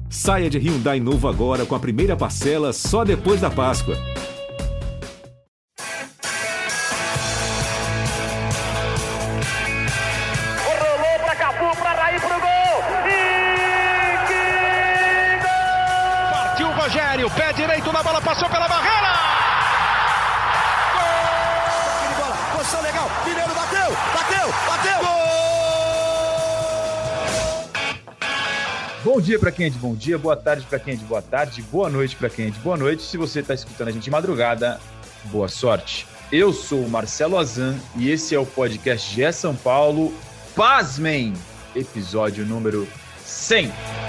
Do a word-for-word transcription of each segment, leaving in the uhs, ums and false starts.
Saia de Hyundai novo agora com a primeira parcela só depois da Páscoa. Rolou para Cafu, para Raí, pro gol! E que gol! Partiu o Rogério, pé direito na bola, passou pela barreira! Gol! Bola, posição legal, Mineiro bateu, bateu, bateu! Gol! Bom dia para quem é de bom dia, boa tarde para quem é de boa tarde, boa noite para quem é de boa noite. Se você está escutando a gente de madrugada, boa sorte. Eu sou o Marcelo Azan e esse é o podcast G E São Paulo. Pasmem, episódio número cem.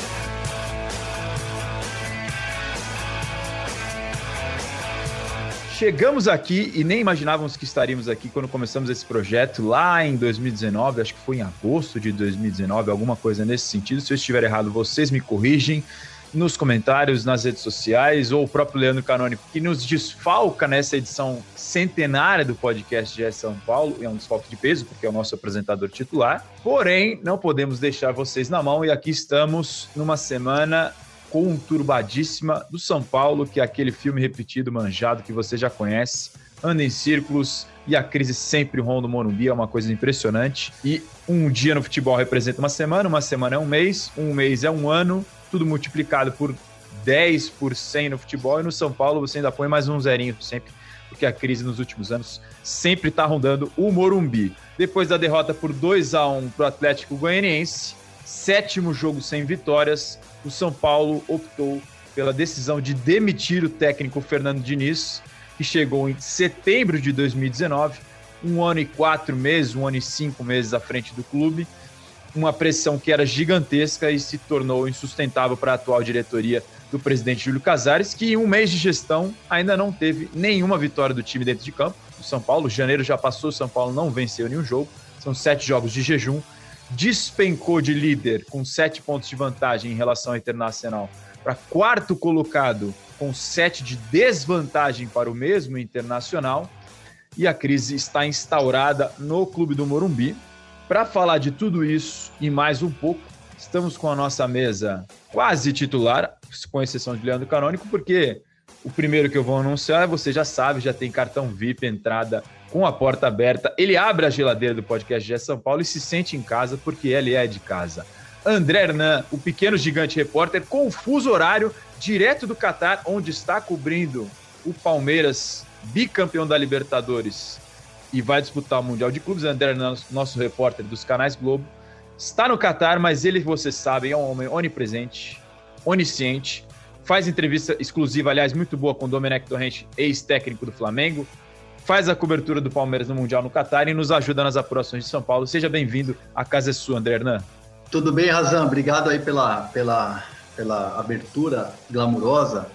Chegamos aqui e nem imaginávamos que estaríamos aqui quando começamos esse projeto lá em dois mil e dezenove, acho que foi em agosto de dois mil e dezenove, alguma coisa nesse sentido. Se eu estiver errado, vocês me corrigem nos comentários, nas redes sociais, ou o próprio Leandro Canônico, que nos desfalca nessa edição centenária do podcast G E São Paulo, e é um desfalque de peso, porque é o nosso apresentador titular. Porém, não podemos deixar vocês na mão, e aqui estamos numa semana conturbadíssima do São Paulo, que é aquele filme repetido, manjado, que você já conhece, anda em círculos e a crise sempre ronda o Morumbi, é uma coisa impressionante. E um dia no futebol representa uma semana, uma semana é um mês, um mês é um ano, tudo multiplicado por dez por cem no futebol, e no São Paulo você ainda põe mais um zerinho sempre, porque a crise nos últimos anos sempre está rondando o Morumbi. Depois da derrota por dois a um para o Atlético Goianiense, sétimo jogo sem vitórias, o São Paulo optou pela decisão de demitir o técnico Fernando Diniz, que chegou em setembro de dois mil e dezenove, um ano e quatro meses, um ano e cinco meses à frente do clube, uma pressão que era gigantesca e se tornou insustentável para a atual diretoria do presidente Júlio Casares, que em um mês de gestão ainda não teve nenhuma vitória do time dentro de campo. O São Paulo, janeiro já passou, o São Paulo não venceu nenhum jogo, são sete jogos de jejum, despencou de líder com sete pontos de vantagem em relação ao Internacional para quarto colocado com sete de desvantagem para o mesmo Internacional, e a crise está instaurada no Clube do Morumbi. Para falar de tudo isso e mais um pouco, estamos com a nossa mesa quase titular, com exceção de Leandro Canônico, porque o primeiro que eu vou anunciar, você já sabe, já tem cartão V I P, entrada com a porta aberta. Ele abre a geladeira do podcast G E São Paulo e se sente em casa, porque ele é de casa. André Hernan, o pequeno gigante repórter, com o fuso horário, direto do Catar, onde está cobrindo o Palmeiras, bicampeão da Libertadores, e vai disputar o Mundial de Clubes. André Hernan, nosso repórter dos canais Globo, está no Catar, mas ele, vocês sabem, é um homem onipresente, onisciente, faz entrevista exclusiva, aliás, muito boa, com o Domenech Torrente, ex-técnico do Flamengo, faz a cobertura do Palmeiras no Mundial no Catar e nos ajuda nas apurações de São Paulo. Seja bem-vindo, a casa é sua, André Hernan. Tudo bem, Razan? Obrigado aí pela, pela, pela abertura glamurosa.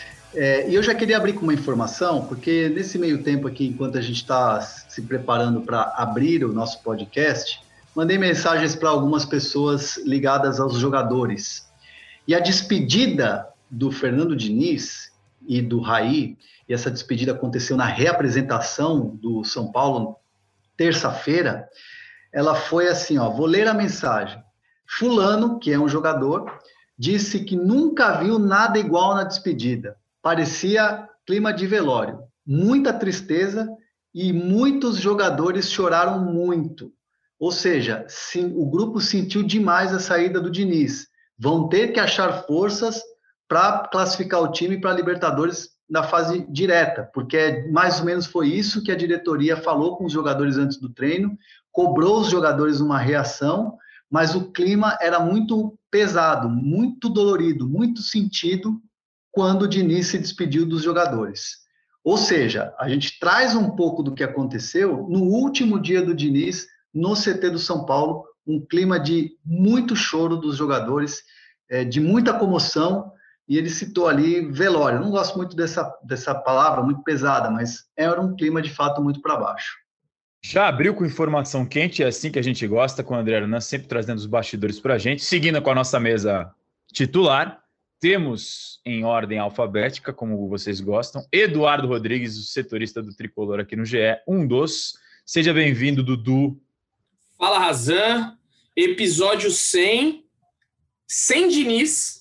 É, e eu já queria abrir com uma informação, porque nesse meio tempo aqui, enquanto a gente está se preparando para abrir o nosso podcast, mandei mensagens para algumas pessoas ligadas aos jogadores. E a despedida do Fernando Diniz e do Raí, e essa despedida aconteceu na reapresentação do São Paulo, terça-feira, ela foi assim, ó, vou ler a mensagem. Fulano, que é um jogador, disse que nunca viu nada igual na despedida. Parecia clima de velório. Muita tristeza e muitos jogadores choraram muito. Ou seja, sim, o grupo sentiu demais a saída do Diniz. Vão ter que achar forças para classificar o time para a Libertadores na fase direta, porque mais ou menos foi isso que a diretoria falou com os jogadores antes do treino, cobrou os jogadores uma reação, mas o clima era muito pesado, muito dolorido, muito sentido quando o Diniz se despediu dos jogadores. Ou seja, a gente traz um pouco do que aconteceu no último dia do Diniz no C T do São Paulo, um clima de muito choro dos jogadores, de muita comoção, e ele citou ali velório. Não gosto muito dessa, dessa palavra, muito pesada, mas era um clima de fato muito para baixo. Já abriu com informação quente, é assim que a gente gosta, com o André Hernan sempre trazendo os bastidores para a gente. Seguindo com a nossa mesa titular, temos em ordem alfabética, como vocês gostam, Eduardo Rodrigues, o setorista do Tricolor aqui no G E, um dos. Seja bem-vindo, Dudu. Fala, Razan. Episódio cem, sem Diniz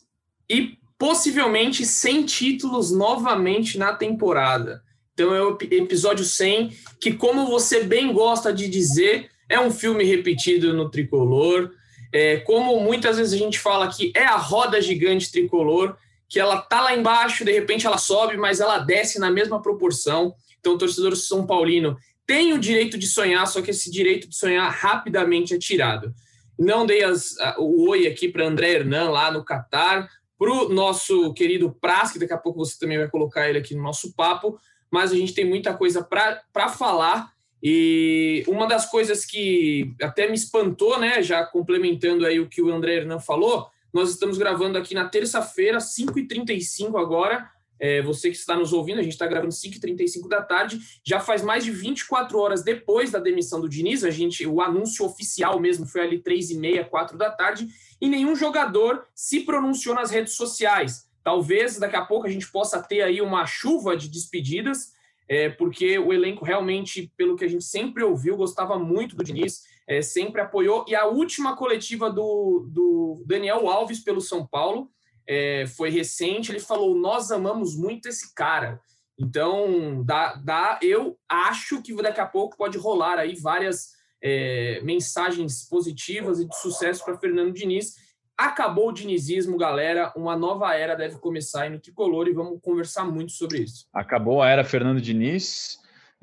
e possivelmente cem títulos novamente na temporada. Então é o episódio cem, que, como você bem gosta de dizer, é um filme repetido no tricolor. É, como muitas vezes a gente fala que é a roda gigante tricolor, que ela tá lá embaixo, de repente ela sobe, mas ela desce na mesma proporção. Então o torcedor São Paulino tem o direito de sonhar, só que esse direito de sonhar rapidamente é tirado. Não dei as, o oi aqui para André Hernan lá no Catar, para o nosso querido Praz, que daqui a pouco você também vai colocar ele aqui no nosso papo, mas a gente tem muita coisa para falar. E uma das coisas que até me espantou, né, já complementando aí o que o André Hernan falou, nós estamos gravando aqui na terça-feira, cinco e trinta e cinco agora. É, você que está nos ouvindo, a gente está gravando cinco e trinta e cinco da tarde, já faz mais de vinte e quatro horas depois da demissão do Diniz. A gente, o anúncio oficial mesmo foi ali três e meia, quatro da tarde, e nenhum jogador se pronunciou nas redes sociais. Talvez daqui a pouco a gente possa ter aí uma chuva de despedidas, é, porque o elenco realmente, pelo que a gente sempre ouviu, gostava muito do Diniz, é, sempre apoiou. E a última coletiva do, do Daniel Alves pelo São Paulo é, foi recente, ele falou: nós amamos muito esse cara. Então, dá, dá, eu acho que daqui a pouco pode rolar aí várias é, mensagens positivas e de sucesso para Fernando Diniz. Acabou o dinizismo, galera. Uma nova era deve começar aí no tricolor e vamos conversar muito sobre isso. Acabou a era Fernando Diniz.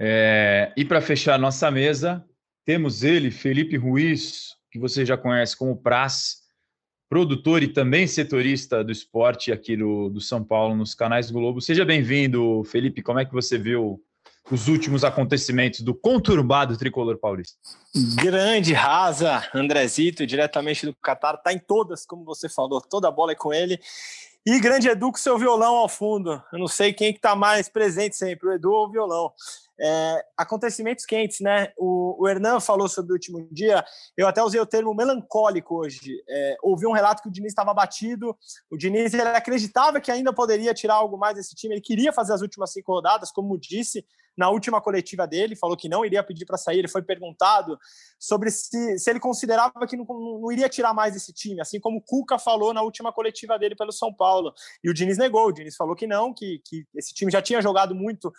É... E para fechar a nossa mesa, temos ele, Felipe Ruiz, que você já conhece como Praz, produtor e também setorista do esporte aqui do, do São Paulo nos canais do Globo. Seja bem-vindo, Felipe. Como é que você viu os últimos acontecimentos do conturbado tricolor paulista? Grande Raza, Andrezito, diretamente do Catar, tá em todas, como você falou, toda a bola é com ele. E grande Edu com seu violão ao fundo. Eu não sei quem que tá mais presente sempre, o Edu ou o violão. É, acontecimentos quentes, né? O, o Hernan falou sobre o último dia, eu até usei o termo melancólico hoje. É, ouvi um relato que o Diniz estava batido, o Diniz ele acreditava que ainda poderia tirar algo mais desse time, ele queria fazer as últimas cinco rodadas, como disse na última coletiva dele, falou que não iria pedir para sair. Ele foi perguntado sobre se, se ele considerava que não, não iria tirar mais esse time, assim como o Cuca falou na última coletiva dele pelo São Paulo, e o Diniz negou. O Diniz falou que não, que, que esse time já tinha jogado muito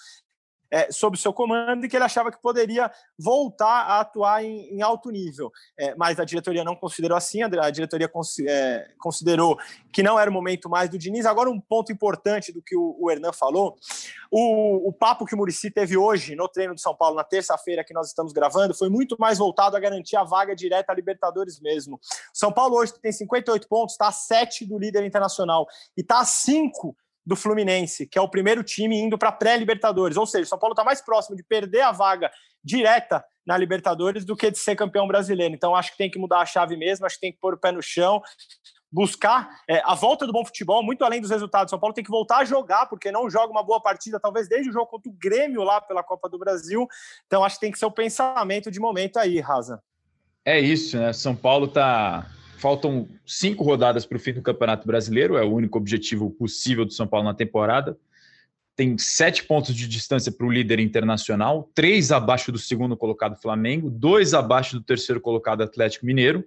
É, sob o seu comando e que ele achava que poderia voltar a atuar em, em alto nível. É, mas a diretoria não considerou assim, a diretoria cons, é, considerou que não era o momento mais do Diniz. Agora, um ponto importante do que o, o Hernan falou, o, o papo que o Muricy teve hoje no treino de São Paulo, na terça-feira que nós estamos gravando, foi muito mais voltado a garantir a vaga direta à Libertadores mesmo. São Paulo hoje tem cinquenta e oito pontos, está a sete do líder internacional e está a cinco do Fluminense, que é o primeiro time indo para a pré-Libertadores. Ou seja, o São Paulo está mais próximo de perder a vaga direta na Libertadores do que de ser campeão brasileiro. Então, acho que tem que mudar a chave mesmo, acho que tem que pôr o pé no chão, buscar é, a volta do bom futebol, muito além dos resultados. São Paulo tem que voltar a jogar, porque não joga uma boa partida, talvez desde o jogo contra o Grêmio lá pela Copa do Brasil. Então, acho que tem que ser o pensamento de momento aí, Raza. É isso, né? São Paulo tá... Faltam cinco rodadas para o fim do Campeonato Brasileiro, é o único objetivo possível do São Paulo na temporada. Tem sete pontos de distância para o líder internacional, três abaixo do segundo colocado Flamengo, dois abaixo do terceiro colocado Atlético Mineiro.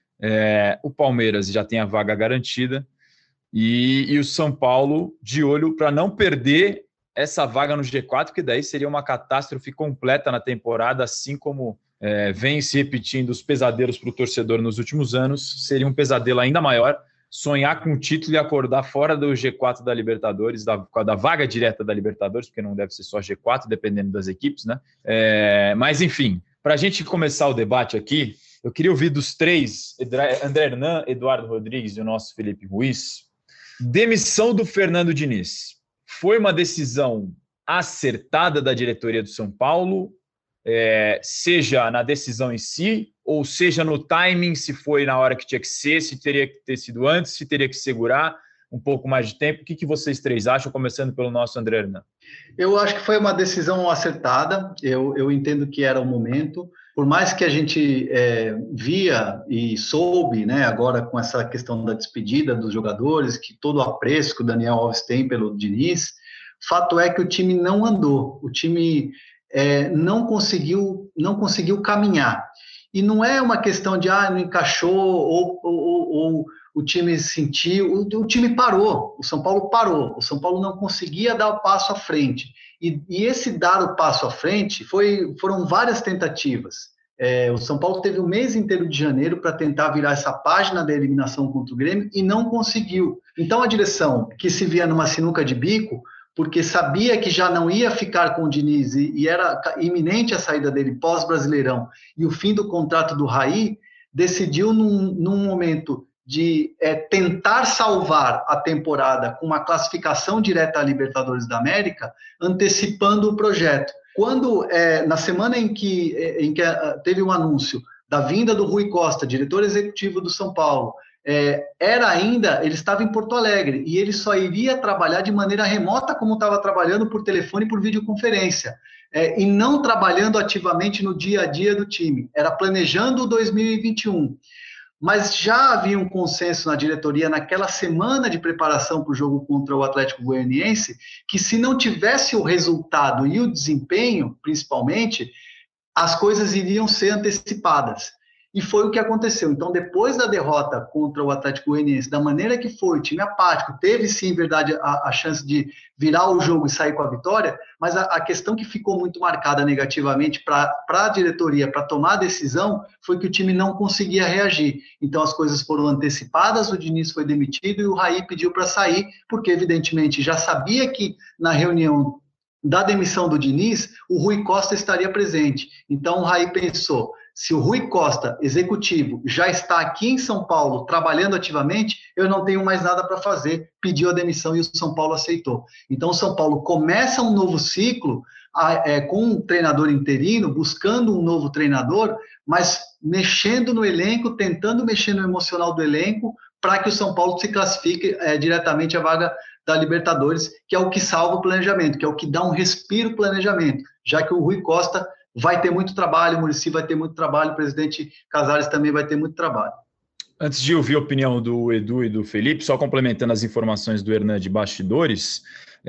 É, o Palmeiras já tem a vaga garantida. E, e o São Paulo de olho para não perder essa vaga no G quatro, que daí seria uma catástrofe completa na temporada, assim como... É, vem se repetindo os pesadelos para o torcedor nos últimos anos. Seria um pesadelo ainda maior sonhar com o título e acordar fora do G quatro da Libertadores, da, da vaga direta da Libertadores, porque não deve ser só G quatro, dependendo das equipes, né? É, mas, enfim, para a gente começar o debate aqui, eu queria ouvir dos três, André Hernan, Eduardo Rodrigues e o nosso Felipe Ruiz, demissão do Fernando Diniz. Foi uma decisão acertada da diretoria do São Paulo? É, seja na decisão em si, ou seja no timing, se foi na hora que tinha que ser, se teria que ter sido antes, se teria que segurar um pouco mais de tempo. O que, que vocês três acham, começando pelo nosso André Hernan? Eu acho que foi uma decisão acertada, eu, eu entendo que era o momento, por mais que a gente é, via e soube, né, agora com essa questão da despedida dos jogadores, que todo o apreço que o Daniel Alves tem pelo Diniz, fato é que o time não andou, o time... É, não conseguiu não conseguiu caminhar. E não é uma questão de, ah, não encaixou, ou, ou, ou o time sentiu, o, o time parou, o São Paulo parou, o São Paulo não conseguia dar o passo à frente. E, e esse dar o passo à frente foi, foram várias tentativas. É, o São Paulo teve o mês inteiro de janeiro para tentar virar essa página da eliminação contra o Grêmio e não conseguiu. Então a direção, que se via numa sinuca de bico, porque sabia que já não ia ficar com o Diniz e, e era iminente a saída dele pós-Brasileirão e o fim do contrato do Raí, decidiu num, num momento de é, tentar salvar a temporada com uma classificação direta à Libertadores da América, antecipando o projeto. Quando, é, na semana em que, em que teve um anúncio da vinda do Rui Costa, diretor executivo do São Paulo, é, era ainda, ele estava em Porto Alegre, e ele só iria trabalhar de maneira remota, como estava trabalhando por telefone e por videoconferência, é, e não trabalhando ativamente no dia a dia do time, era planejando o dois mil e vinte e um. Mas já havia um consenso na diretoria naquela semana de preparação para o jogo contra o Atlético Goianiense, que se não tivesse o resultado e o desempenho, principalmente, as coisas iriam ser antecipadas. E foi o que aconteceu. Então, depois da derrota contra o Atlético Goianiense, da maneira que foi, o time apático, teve sim, verdade, a, a chance de virar o jogo e sair com a vitória, mas a, a questão que ficou muito marcada negativamente para a diretoria, para tomar a decisão, foi que o time não conseguia reagir. Então, as coisas foram antecipadas, o Diniz foi demitido e o Raí pediu para sair, porque, evidentemente, já sabia que na reunião da demissão do Diniz, o Rui Costa estaria presente. Então, o Raí pensou, se o Rui Costa, executivo, já está aqui em São Paulo trabalhando ativamente, eu não tenho mais nada para fazer. Pediu a demissão e o São Paulo aceitou. Então, o São Paulo começa um novo ciclo é, com um treinador interino, buscando um novo treinador, mas mexendo no elenco, tentando mexer no emocional do elenco, para que o São Paulo se classifique é, diretamente à vaga da Libertadores, que é o que salva o planejamento, que é o que dá um respiro ao planejamento, já que o Rui Costa vai ter muito trabalho, o Muricy vai ter muito trabalho, o presidente Casares também vai ter muito trabalho. Antes de ouvir a opinião do Edu e do Felipe, só complementando as informações do Hernan de bastidores,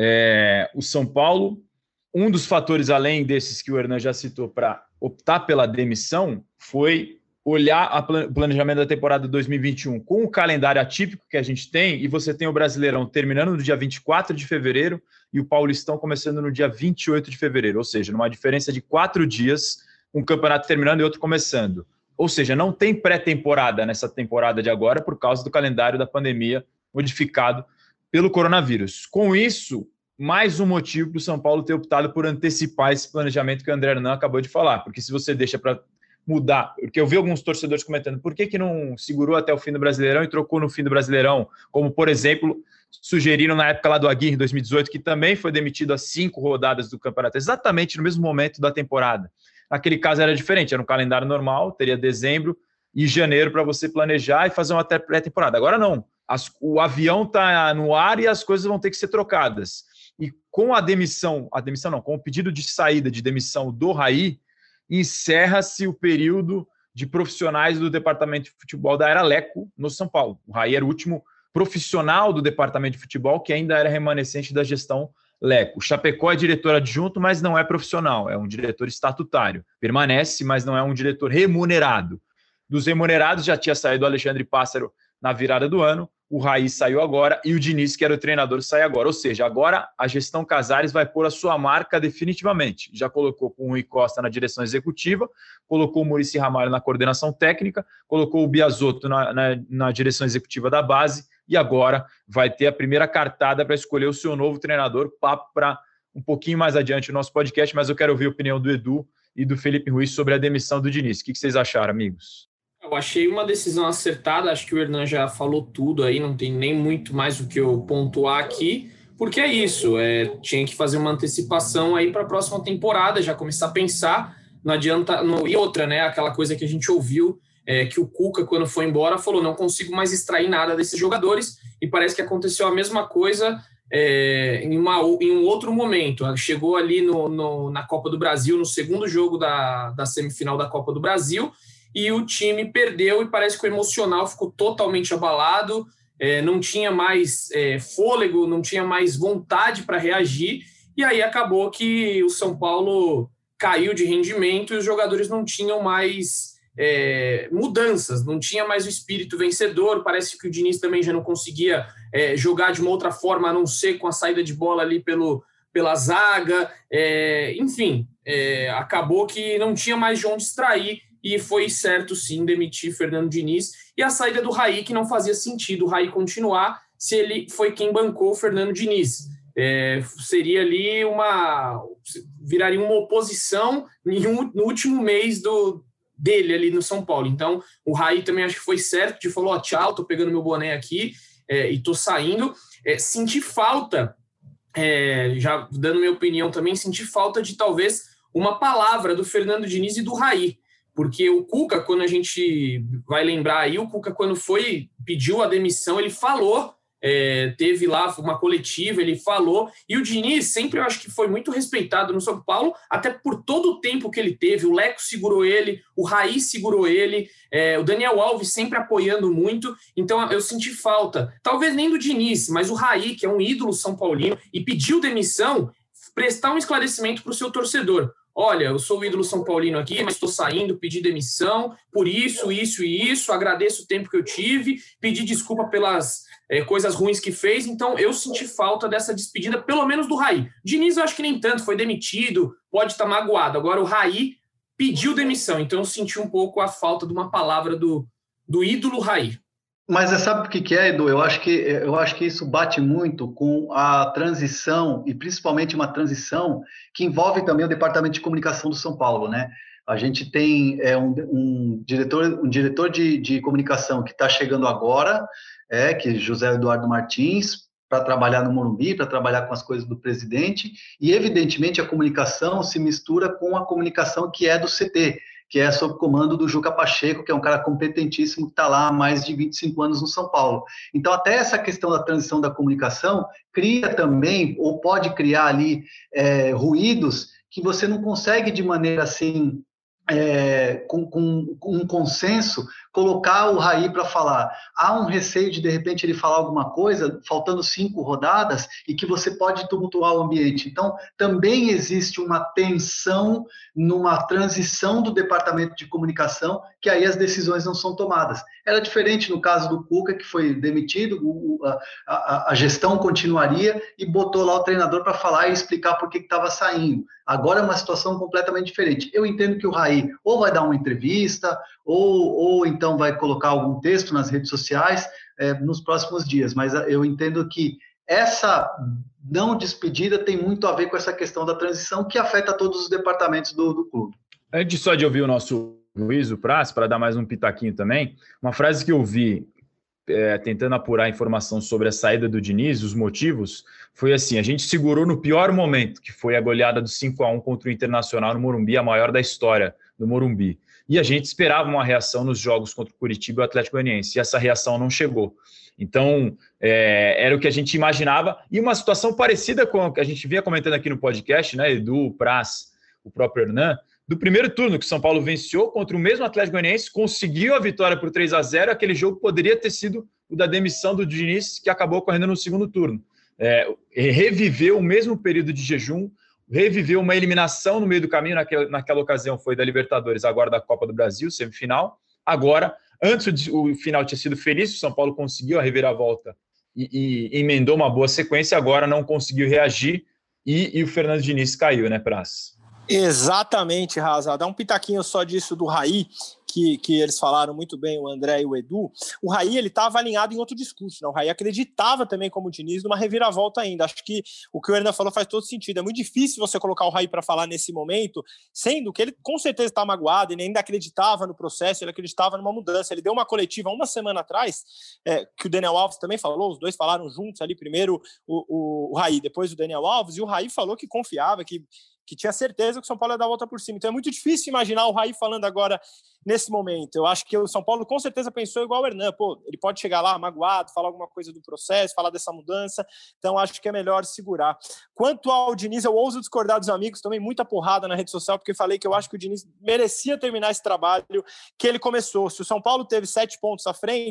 é, o São Paulo, um dos fatores além desses que o Hernan já citou para optar pela demissão, foi olhar o planejamento da temporada dois mil e vinte e um com o calendário atípico que a gente tem, e você tem o Brasileirão terminando no dia vinte e quatro de fevereiro e o Paulistão começando no dia vinte e oito de fevereiro, ou seja, numa diferença de quatro dias, um campeonato terminando e outro começando. Ou seja, não tem pré-temporada nessa temporada de agora por causa do calendário da pandemia modificado pelo coronavírus. Com isso, mais um motivo para o São Paulo ter optado por antecipar esse planejamento que o André Hernan acabou de falar, porque se você deixa para mudar, porque eu vi alguns torcedores comentando, por que que não segurou até o fim do Brasileirão e trocou no fim do Brasileirão, como, por exemplo, sugeriram na época lá do Aguirre, em dois mil e dezoito, que também foi demitido a cinco rodadas do campeonato, exatamente no mesmo momento da temporada. Naquele caso era diferente, era um calendário normal, teria dezembro e janeiro para você planejar e fazer uma pré-temporada. Agora não, as, o avião está no ar e as coisas vão ter que ser trocadas. E com a demissão, a demissão não, com o pedido de saída, de demissão do Raí, encerra-se o período de profissionais do departamento de futebol da era Leco no São Paulo. O Raí era o último profissional do departamento de futebol que ainda era remanescente da gestão Leco. O Chapecó é diretor adjunto, mas não é profissional, é um diretor estatutário. Permanece, mas não é um diretor remunerado. Dos remunerados já tinha saído o Alexandre Pássaro na virada do ano, o Raí saiu agora e o Diniz, que era o treinador, sai agora. Ou seja, agora a gestão Casares vai pôr a sua marca definitivamente. Já colocou com o Rui Costa na direção executiva, colocou o Muricy Ramalho na coordenação técnica, colocou o Biasotto na, na, na direção executiva da base e agora vai ter a primeira cartada para escolher o seu novo treinador. Papo para um pouquinho mais adiante o nosso podcast, mas eu quero ouvir a opinião do Edu e do Felipe Ruiz sobre a demissão do Diniz. O que vocês acharam, amigos? Eu achei uma decisão acertada, acho que o Hernan já falou tudo aí, não tem nem muito mais o que eu pontuar aqui, porque é isso, é, tinha que fazer uma antecipação aí para a próxima temporada, já começar a pensar, não adianta, no, e outra, né, aquela coisa que a gente ouviu, é, que o Cuca, quando foi embora, falou, não consigo mais extrair nada desses jogadores, e parece que aconteceu a mesma coisa é, em, uma, em um outro momento, chegou ali no, no, na Copa do Brasil, no segundo jogo da, da semifinal da Copa do Brasil, e o time perdeu e parece que o emocional ficou totalmente abalado, é, não tinha mais é, fôlego, não tinha mais vontade para reagir, e aí acabou que o São Paulo caiu de rendimento e os jogadores não tinham mais é, mudanças, não tinha mais o espírito vencedor, parece que o Diniz também já não conseguia é, jogar de uma outra forma, a não ser com a saída de bola ali pelo, pela zaga, é, enfim, é, acabou que não tinha mais de onde extrair, e foi certo sim demitir Fernando Diniz, e a saída do Raí, que não fazia sentido o Raí continuar, se ele foi quem bancou o Fernando Diniz. É, seria ali uma... viraria uma oposição um, no último mês do, dele ali no São Paulo. Então, o Raí também acho que foi certo, de falou, ó, tchau, tô pegando meu boné aqui é, e tô saindo. É, senti falta, é, já dando minha opinião também, senti falta de talvez uma palavra do Fernando Diniz e do Raí. Porque o Cuca, quando a gente vai lembrar aí, o Cuca, quando foi, pediu a demissão, ele falou, é, teve lá uma coletiva, ele falou, e o Diniz sempre eu acho que foi muito respeitado no São Paulo, até por todo o tempo que ele teve, o Leco segurou ele, o Raí segurou ele, é, o Daniel Alves sempre apoiando muito, então eu senti falta, talvez nem do Diniz, mas o Raí, que é um ídolo são paulino, e pediu demissão, prestar um esclarecimento para o seu torcedor. Olha, eu sou o ídolo São Paulino aqui, mas estou saindo, pedi demissão, por isso, isso e isso, agradeço o tempo que eu tive, pedi desculpa pelas é, coisas ruins que fez, então eu senti falta dessa despedida, pelo menos do Raí. Diniz eu acho que nem tanto, foi demitido, pode estar magoado, agora o Raí pediu demissão, então eu senti um pouco a falta de uma palavra do, do ídolo Raí. Mas sabe o que é, Edu? Eu acho que, eu acho que isso bate muito com a transição, e principalmente uma transição que envolve também o Departamento de Comunicação do São Paulo, né? A gente tem é, um, um diretor, um diretor de, de comunicação que está chegando agora, é, que é José Eduardo Martins, para trabalhar no Morumbi, para trabalhar com as coisas do presidente, e evidentemente a comunicação se mistura com a comunicação que é do C T, que é sob comando do Juca Pacheco, que é um cara competentíssimo, que está lá há mais de vinte e cinco anos no São Paulo. Então, até essa questão da transição da comunicação cria também, ou pode criar ali, é, ruídos que você não consegue de maneira assim, é, com, com, com um consenso, colocar o Raí para falar. Há um receio de, de repente, ele falar alguma coisa, faltando cinco rodadas, e que você pode tumultuar o ambiente. Então, também existe uma tensão numa transição do departamento de comunicação, que aí as decisões não são tomadas. Era diferente no caso do Cuca, que foi demitido, o, a, a, a gestão continuaria e botou lá o treinador para falar e explicar por que estava saindo. Agora é uma situação completamente diferente. Eu entendo que o Raí ou vai dar uma entrevista, ou, ou então vai colocar algum texto nas redes sociais é, nos próximos dias, mas eu entendo que essa não despedida tem muito a ver com essa questão da transição que afeta todos os departamentos do, do clube. Antes só de ouvir o nosso Luiz, o Praz, para dar mais um pitaquinho também, uma frase que eu vi é, tentando apurar a informação sobre a saída do Diniz, os motivos, foi assim: a gente segurou no pior momento, que foi a goleada do cinco a um contra o Internacional no Morumbi, a maior da história do Morumbi. E a gente esperava uma reação nos jogos contra o Curitiba e o Atlético Goianiense, e essa reação não chegou. Então, é, era o que a gente imaginava, e uma situação parecida com a que a gente vinha comentando aqui no podcast, né, Edu, o Praz, o próprio Hernan, do primeiro turno, que o São Paulo venceu contra o mesmo Atlético Goianiense, conseguiu a vitória por três a zero, aquele jogo poderia ter sido o da demissão do Diniz, que acabou ocorrendo no segundo turno. É, reviveu o mesmo período de jejum, reviveu uma eliminação no meio do caminho, naquela, naquela ocasião foi da Libertadores, agora da Copa do Brasil, semifinal. Agora, antes o, o final tinha sido feliz, o São Paulo conseguiu a reviravolta e, e emendou uma boa sequência, agora não conseguiu reagir e, e o Fernando Diniz caiu, né, Praz? Exatamente, Raza. Dá um pitaquinho só disso do Raí, que, que eles falaram muito bem, o André e o Edu. O Raí, ele estava alinhado em outro discurso, né? O Raí acreditava também, como o Diniz, numa reviravolta ainda. Acho que o que o Hernan falou faz todo sentido. É muito difícil você colocar o Raí para falar nesse momento, sendo que ele com certeza está magoado, ele ainda acreditava no processo, ele acreditava numa mudança. Ele deu uma coletiva uma semana atrás, é, que o Daniel Alves também falou, os dois falaram juntos ali, primeiro o, o, o Raí, depois o Daniel Alves, e o Raí falou que confiava, que que tinha certeza que o São Paulo ia dar a volta por cima. Então é muito difícil imaginar o Raí falando agora nesse momento. Eu acho que o São Paulo com certeza pensou igual o Hernan. Pô, ele pode chegar lá magoado, falar alguma coisa do processo, falar dessa mudança. Então acho que é melhor segurar. Quanto ao Diniz, eu ouso discordar dos amigos, tomei muita porrada na rede social, porque falei que eu acho que o Diniz merecia terminar esse trabalho que ele começou. Se o São Paulo teve sete pontos à frente,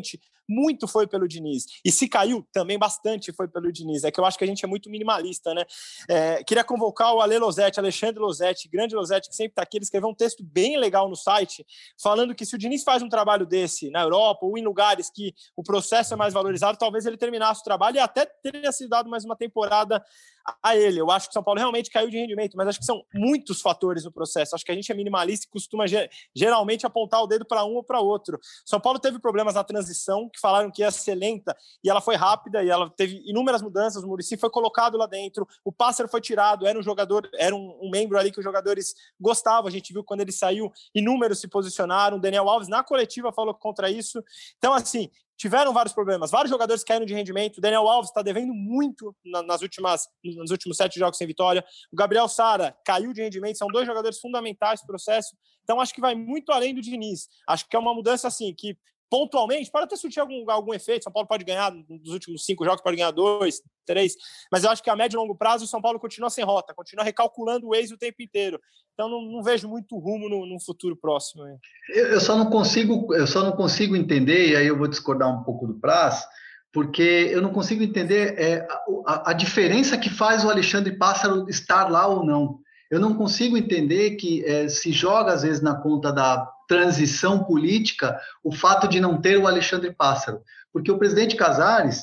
muito foi pelo Diniz. E se caiu, também bastante foi pelo Diniz. É que eu acho que a gente é muito minimalista, né? É, queria convocar o Ale Losetti, Alexandre Losetti, grande Losetti, que sempre está aqui. Ele escreveu um texto bem legal no site, falando que se o Diniz faz um trabalho desse na Europa ou em lugares que o processo é mais valorizado, talvez ele terminasse o trabalho e até teria sido dado mais uma temporada a ele. Eu acho que o São Paulo realmente caiu de rendimento, mas acho que são muitos fatores no processo. Acho que a gente é minimalista e costuma geralmente apontar o dedo para um ou para outro. São Paulo teve problemas na transição, que falaram que ia ser lenta, e ela foi rápida, e ela teve inúmeras mudanças. O Muricy foi colocado lá dentro, o Pássaro foi tirado, era um jogador, era um, um membro ali que os jogadores gostavam. A gente viu quando ele saiu, inúmeros se posicionaram. O Daniel Alves, na coletiva, falou contra isso. Então, assim, tiveram vários problemas, vários jogadores caíram de rendimento. O Daniel Alves está devendo muito nas últimas, nos últimos sete jogos sem vitória. O Gabriel Sara caiu de rendimento, são dois jogadores fundamentais no processo. Então, acho que vai muito além do Diniz. Acho que é uma mudança assim que pontualmente pode até surtir algum, algum efeito. São Paulo pode ganhar nos últimos cinco jogos, pode ganhar dois, três, mas eu acho que a médio e longo prazo o São Paulo continua sem rota, continua recalculando o ex o tempo inteiro. Então não, não vejo muito rumo no, no futuro próximo. Eu, eu só não consigo, eu só não consigo entender, e aí eu vou discordar um pouco do Praz, porque eu não consigo entender é, a, a diferença que faz o Alexandre Pássaro estar lá ou não. Eu não consigo entender que é, se joga, às vezes, na conta da transição política o fato de não ter o Alexandre Pássaro. Porque o presidente Casares,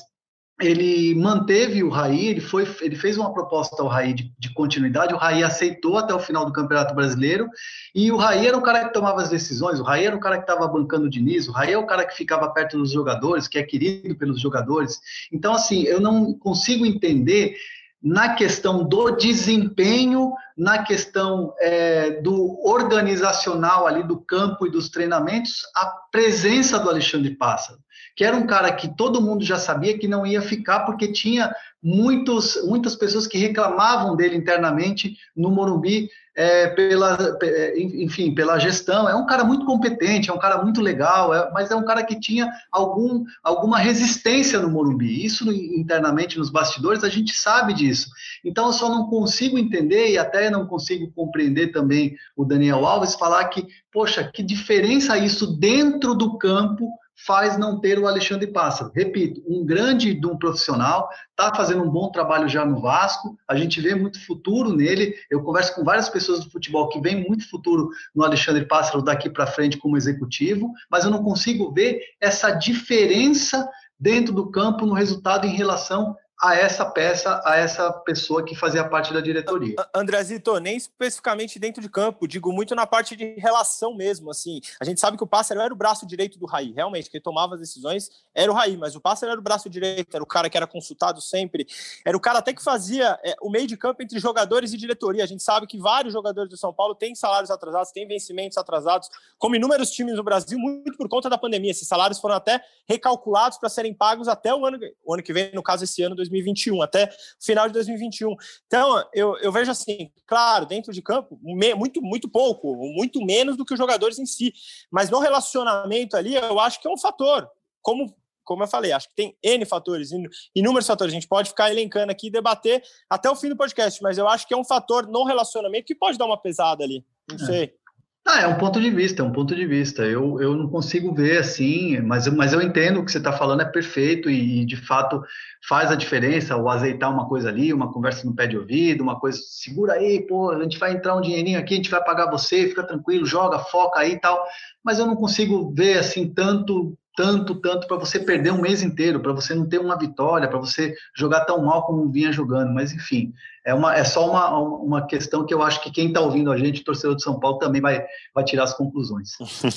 ele manteve o Raí, ele, foi, ele fez uma proposta ao Raí de, de continuidade, o Raí aceitou até o final do Campeonato Brasileiro, e o Raí era o cara que tomava as decisões, o Raí era o cara que estava bancando o Diniz, o Raí é o cara que ficava perto dos jogadores, que é querido pelos jogadores. Então, assim, eu não consigo entender na questão do desempenho, na questão é, do organizacional ali do campo e dos treinamentos, a presença do Alexandre Pássaro, que era um cara que todo mundo já sabia que não ia ficar, porque tinha muitos, muitas pessoas que reclamavam dele internamente no Morumbi, é, pela, enfim, pela gestão. É um cara muito competente, é um cara muito legal, é, mas é um cara que tinha algum, alguma resistência no Morumbi. Isso internamente nos bastidores a gente sabe disso. Então eu só não consigo entender, e até não consigo compreender também o Daniel Alves falar que, poxa, que diferença isso dentro do campo faz não ter o Alexandre Pássaro. Repito, um grande de um profissional, está fazendo um bom trabalho já no Vasco, a gente vê muito futuro nele. Eu converso com várias pessoas do futebol que veem muito futuro no Alexandre Pássaro daqui para frente como executivo, mas eu não consigo ver essa diferença dentro do campo no resultado em relação a essa peça, a essa pessoa que fazia parte da diretoria. Andrezito, nem especificamente dentro de campo, digo muito na parte de relação mesmo, assim, a gente sabe que o Pássaro era o braço direito do Raí, realmente, quem tomava as decisões era o Raí, mas o Pássaro era o braço direito, era o cara que era consultado sempre, era o cara até que fazia é, o meio de campo entre jogadores e diretoria. A gente sabe que vários jogadores do São Paulo têm salários atrasados, têm vencimentos atrasados, como inúmeros times no Brasil, muito por conta da pandemia. Esses salários foram até recalculados para serem pagos até o ano, o ano que vem, no caso esse ano, dois mil e vinte e um, até o final de dois mil e vinte e um. Então, eu, eu vejo assim, claro, dentro de campo, me, muito, muito pouco, muito menos do que os jogadores em si, mas no relacionamento ali, eu acho que é um fator, como, como eu falei, acho que tem N fatores, inúmeros fatores, a gente pode ficar elencando aqui e debater até o fim do podcast, mas eu acho que é um fator no relacionamento que pode dar uma pesada ali, não é. sei. Ah, é um ponto de vista, é um ponto de vista. Eu, eu não consigo ver assim, mas, mas eu entendo o que você está falando, é perfeito e, e, de fato, faz a diferença o azeitar uma coisa ali, uma conversa no pé de ouvido, uma coisa, segura aí, pô, a gente vai entrar um dinheirinho aqui, a gente vai pagar você, fica tranquilo, joga, foca aí e tal. Mas eu não consigo ver assim tanto, tanto, tanto para você perder um mês inteiro, para você não ter uma vitória, para você jogar tão mal como vinha jogando. Mas, enfim, é, uma, é só uma, uma questão que eu acho que quem está ouvindo a gente, torcedor de São Paulo, também vai, vai tirar as conclusões.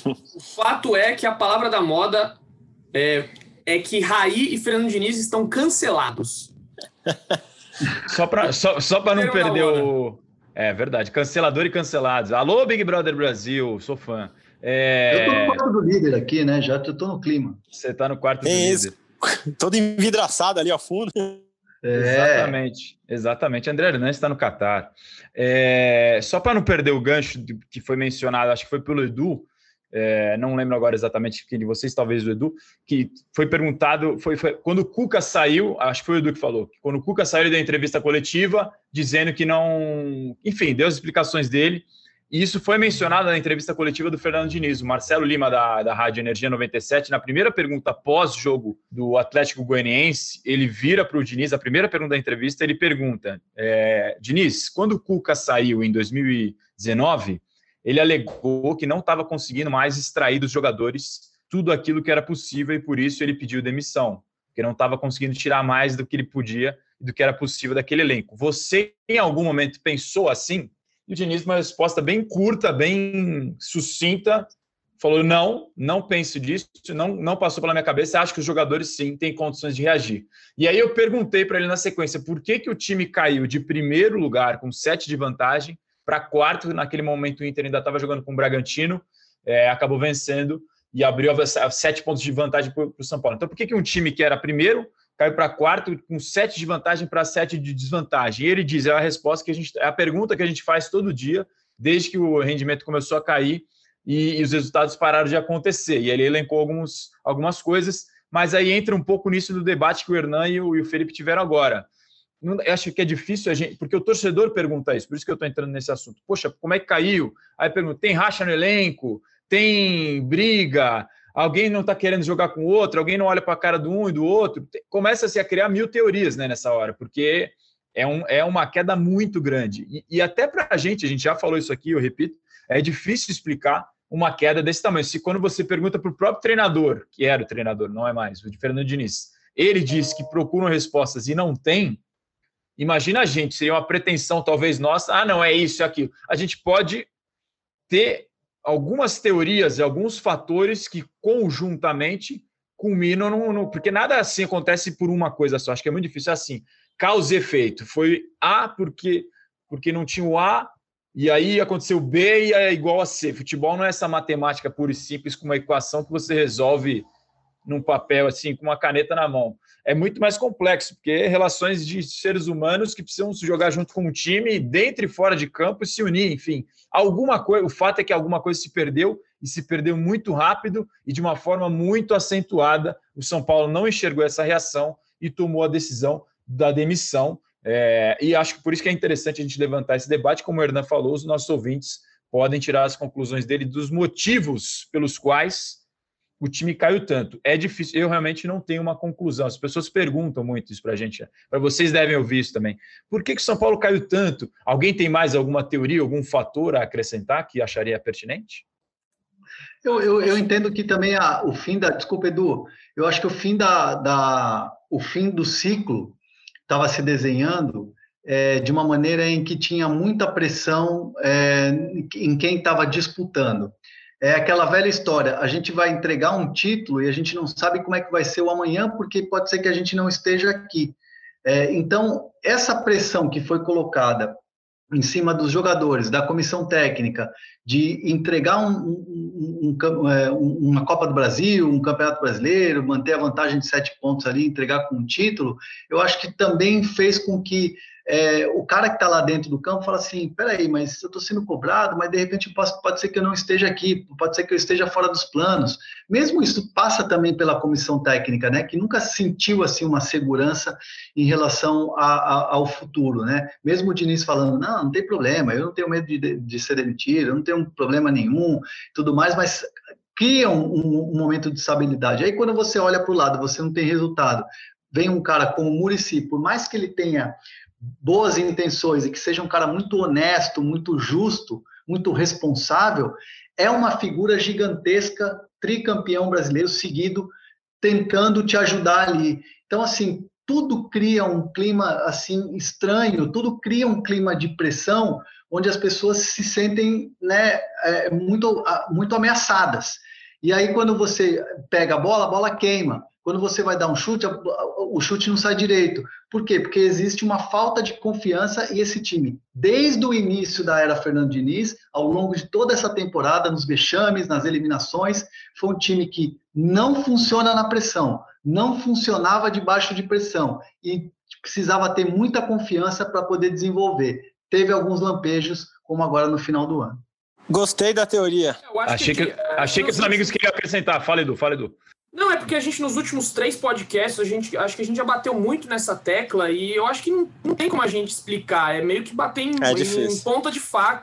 O fato é que a palavra da moda é, é que Raí e Fernando Diniz estão cancelados. Só para só, só para não perder o... É verdade, cancelador e cancelados. Alô, Big Brother Brasil, sou fã. É... Eu tô no quarto do líder aqui, né? Já tô no clima. Você tá no quarto do é líder. Todo envidraçado ali ao fundo. É. Exatamente, exatamente. André Hernandes está no Catar. É... Só para não perder o gancho que foi mencionado, acho que foi pelo Edu, é... não lembro agora exatamente quem de vocês, talvez o Edu, que foi perguntado, foi, foi quando o Cuca saiu, acho que foi o Edu que falou, que quando o Cuca saiu, ele deu entrevista coletiva dizendo que não, enfim, deu as explicações dele, E isso foi mencionado na entrevista coletiva do Fernando Diniz. O Marcelo Lima, da, da Rádio Energia noventa e sete, na primeira pergunta pós-jogo do Atlético Goianiense, ele vira para o Diniz, a primeira pergunta da entrevista, ele pergunta, é, Diniz, quando o Cuca saiu em dois mil e dezenove, ele alegou que não estava conseguindo mais extrair dos jogadores tudo aquilo que era possível e por isso ele pediu demissão, porque não estava conseguindo tirar mais do que ele podia e do que era possível daquele elenco. Você, em algum momento, pensou assim? E o Diniz, uma resposta bem curta, bem sucinta, falou, não, não penso disso, não, não passou pela minha cabeça, acho que os jogadores, sim, têm condições de reagir. E aí eu perguntei para ele na sequência, por que, que o time caiu de primeiro lugar, com sete de vantagem, para quarto, naquele momento o Inter ainda estava jogando com o Bragantino, é, acabou vencendo e abriu a sete pontos de vantagem para o São Paulo. Então, por que, que um time que era primeiro caiu para quarto com sete de vantagem para sete de desvantagem? E ele diz, é a resposta que a gente, é a pergunta que a gente faz todo dia, desde que o rendimento começou a cair e, e os resultados pararam de acontecer. E ele elencou alguns, algumas coisas, mas aí entra um pouco nisso do debate que o Hernan e o, e o Felipe tiveram agora. Eu acho que é difícil a gente, porque o torcedor pergunta isso, por isso que eu estou entrando nesse assunto. Poxa, como é que caiu? Aí pergunta, tem racha no elenco? Tem briga? Alguém não está querendo jogar com o outro, alguém não olha para a cara do um e do outro, começa-se a criar mil teorias, né, nessa hora, porque é, um, é uma queda muito grande. E, e até para a gente, a gente já falou isso aqui, eu repito, é difícil explicar uma queda desse tamanho. Se quando você pergunta para o próprio treinador, que era o treinador, não é mais, o de Fernando Diniz, ele diz que procuram respostas e não tem, imagina a gente, seria uma pretensão talvez nossa, ah, não, é isso, é aquilo. A gente pode ter algumas teorias e alguns fatores que conjuntamente culminam no, no... Porque nada assim acontece por uma coisa só. Acho que é muito difícil assim. Causa e efeito. Foi A porque, porque não tinha o A, e aí aconteceu B e é igual a C. Futebol não é essa matemática pura e simples com uma equação que você resolve num papel, assim, com uma caneta na mão. É muito mais complexo, porque é relações de seres humanos que precisam se jogar junto com um time, dentro e fora de campo, e se unir, enfim. Alguma coisa, o fato é que alguma coisa se perdeu, e se perdeu muito rápido e de uma forma muito acentuada. O São Paulo não enxergou essa reação e tomou a decisão da demissão. É, e acho que por isso que é interessante a gente levantar esse debate. Como o Hernan falou, os nossos ouvintes podem tirar as conclusões dele dos motivos pelos quais o time caiu tanto. É difícil, eu realmente não tenho uma conclusão. As pessoas perguntam muito isso para a gente, para vocês devem ouvir isso também. Por que, que o São Paulo caiu tanto? Alguém tem mais alguma teoria, algum fator a acrescentar que acharia pertinente? Eu, eu, eu entendo que também a, o fim da... Desculpa, Edu. Eu acho que o fim, da, da, o fim do ciclo estava se desenhando é, de uma maneira em que tinha muita pressão é, em quem estava disputando. É aquela velha história, a gente vai entregar um título e a gente não sabe como é que vai ser o amanhã, porque pode ser que a gente não esteja aqui. É, então, essa pressão que foi colocada em cima dos jogadores, da comissão técnica, de entregar um, um, um, uma Copa do Brasil, um Campeonato Brasileiro, manter a vantagem de sete pontos ali, entregar com um título, eu acho que também fez com que É, o cara que está lá dentro do campo fala assim, peraí, mas eu estou sendo cobrado, mas de repente posso, pode ser que eu não esteja aqui, pode ser que eu esteja fora dos planos. Mesmo isso passa também pela comissão técnica, né, que nunca sentiu assim uma segurança em relação a, a, ao futuro, né? Mesmo o Diniz falando, não, não tem problema, eu não tenho medo de, de ser demitido, eu não tenho problema nenhum, tudo mais, mas cria um, um, um momento de estabilidade. Aí quando você olha para o lado, você não tem resultado, vem um cara como o Muricy, por mais que ele tenha boas intenções e que seja um cara muito honesto, muito justo, muito responsável, é uma figura gigantesca, tricampeão brasileiro seguido, tentando te ajudar ali. Então, assim, tudo cria um clima assim estranho, tudo cria um clima de pressão, onde as pessoas se sentem, né, é, muito, muito ameaçadas. E aí, quando você pega a bola, a bola queima. Quando você vai dar um chute, o chute não sai direito. Por quê? Porque existe uma falta de confiança e esse time, desde o início da era Fernando Diniz, ao longo de toda essa temporada, nos vexames, nas eliminações, foi um time que não funciona na pressão, não funcionava debaixo de pressão e precisava ter muita confiança para poder desenvolver. Teve alguns lampejos, como agora no final do ano. Gostei da teoria. Achei que, que, achei que os amigos queriam acrescentar. Fala, Edu, fala, Edu. Não, é porque a gente, nos últimos três podcasts, a gente, acho que a gente já bateu muito nessa tecla e eu acho que não, não tem como a gente explicar. É meio que bater em, é em ponta de faca.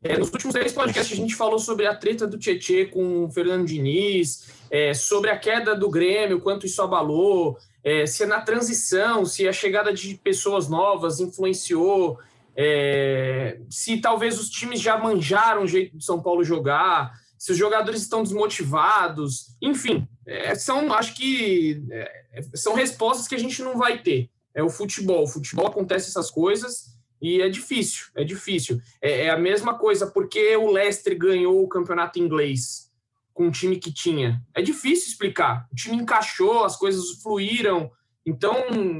É, nos últimos três podcasts a gente falou sobre a treta do Tietê com o Fernando Diniz, é, sobre a queda do Grêmio, quanto isso abalou, é, se é na transição, se a chegada de pessoas novas influenciou, é, se talvez os times já manjaram o jeito de São Paulo jogar, se os jogadores estão desmotivados, enfim, é, são, acho que é, são respostas que a gente não vai ter. É o futebol, o futebol acontece essas coisas e é difícil, é difícil. É, é a mesma coisa, porque o Leicester ganhou o campeonato inglês com o time que tinha. É difícil explicar. O time encaixou, as coisas fluíram, então,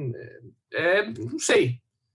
é, não sei.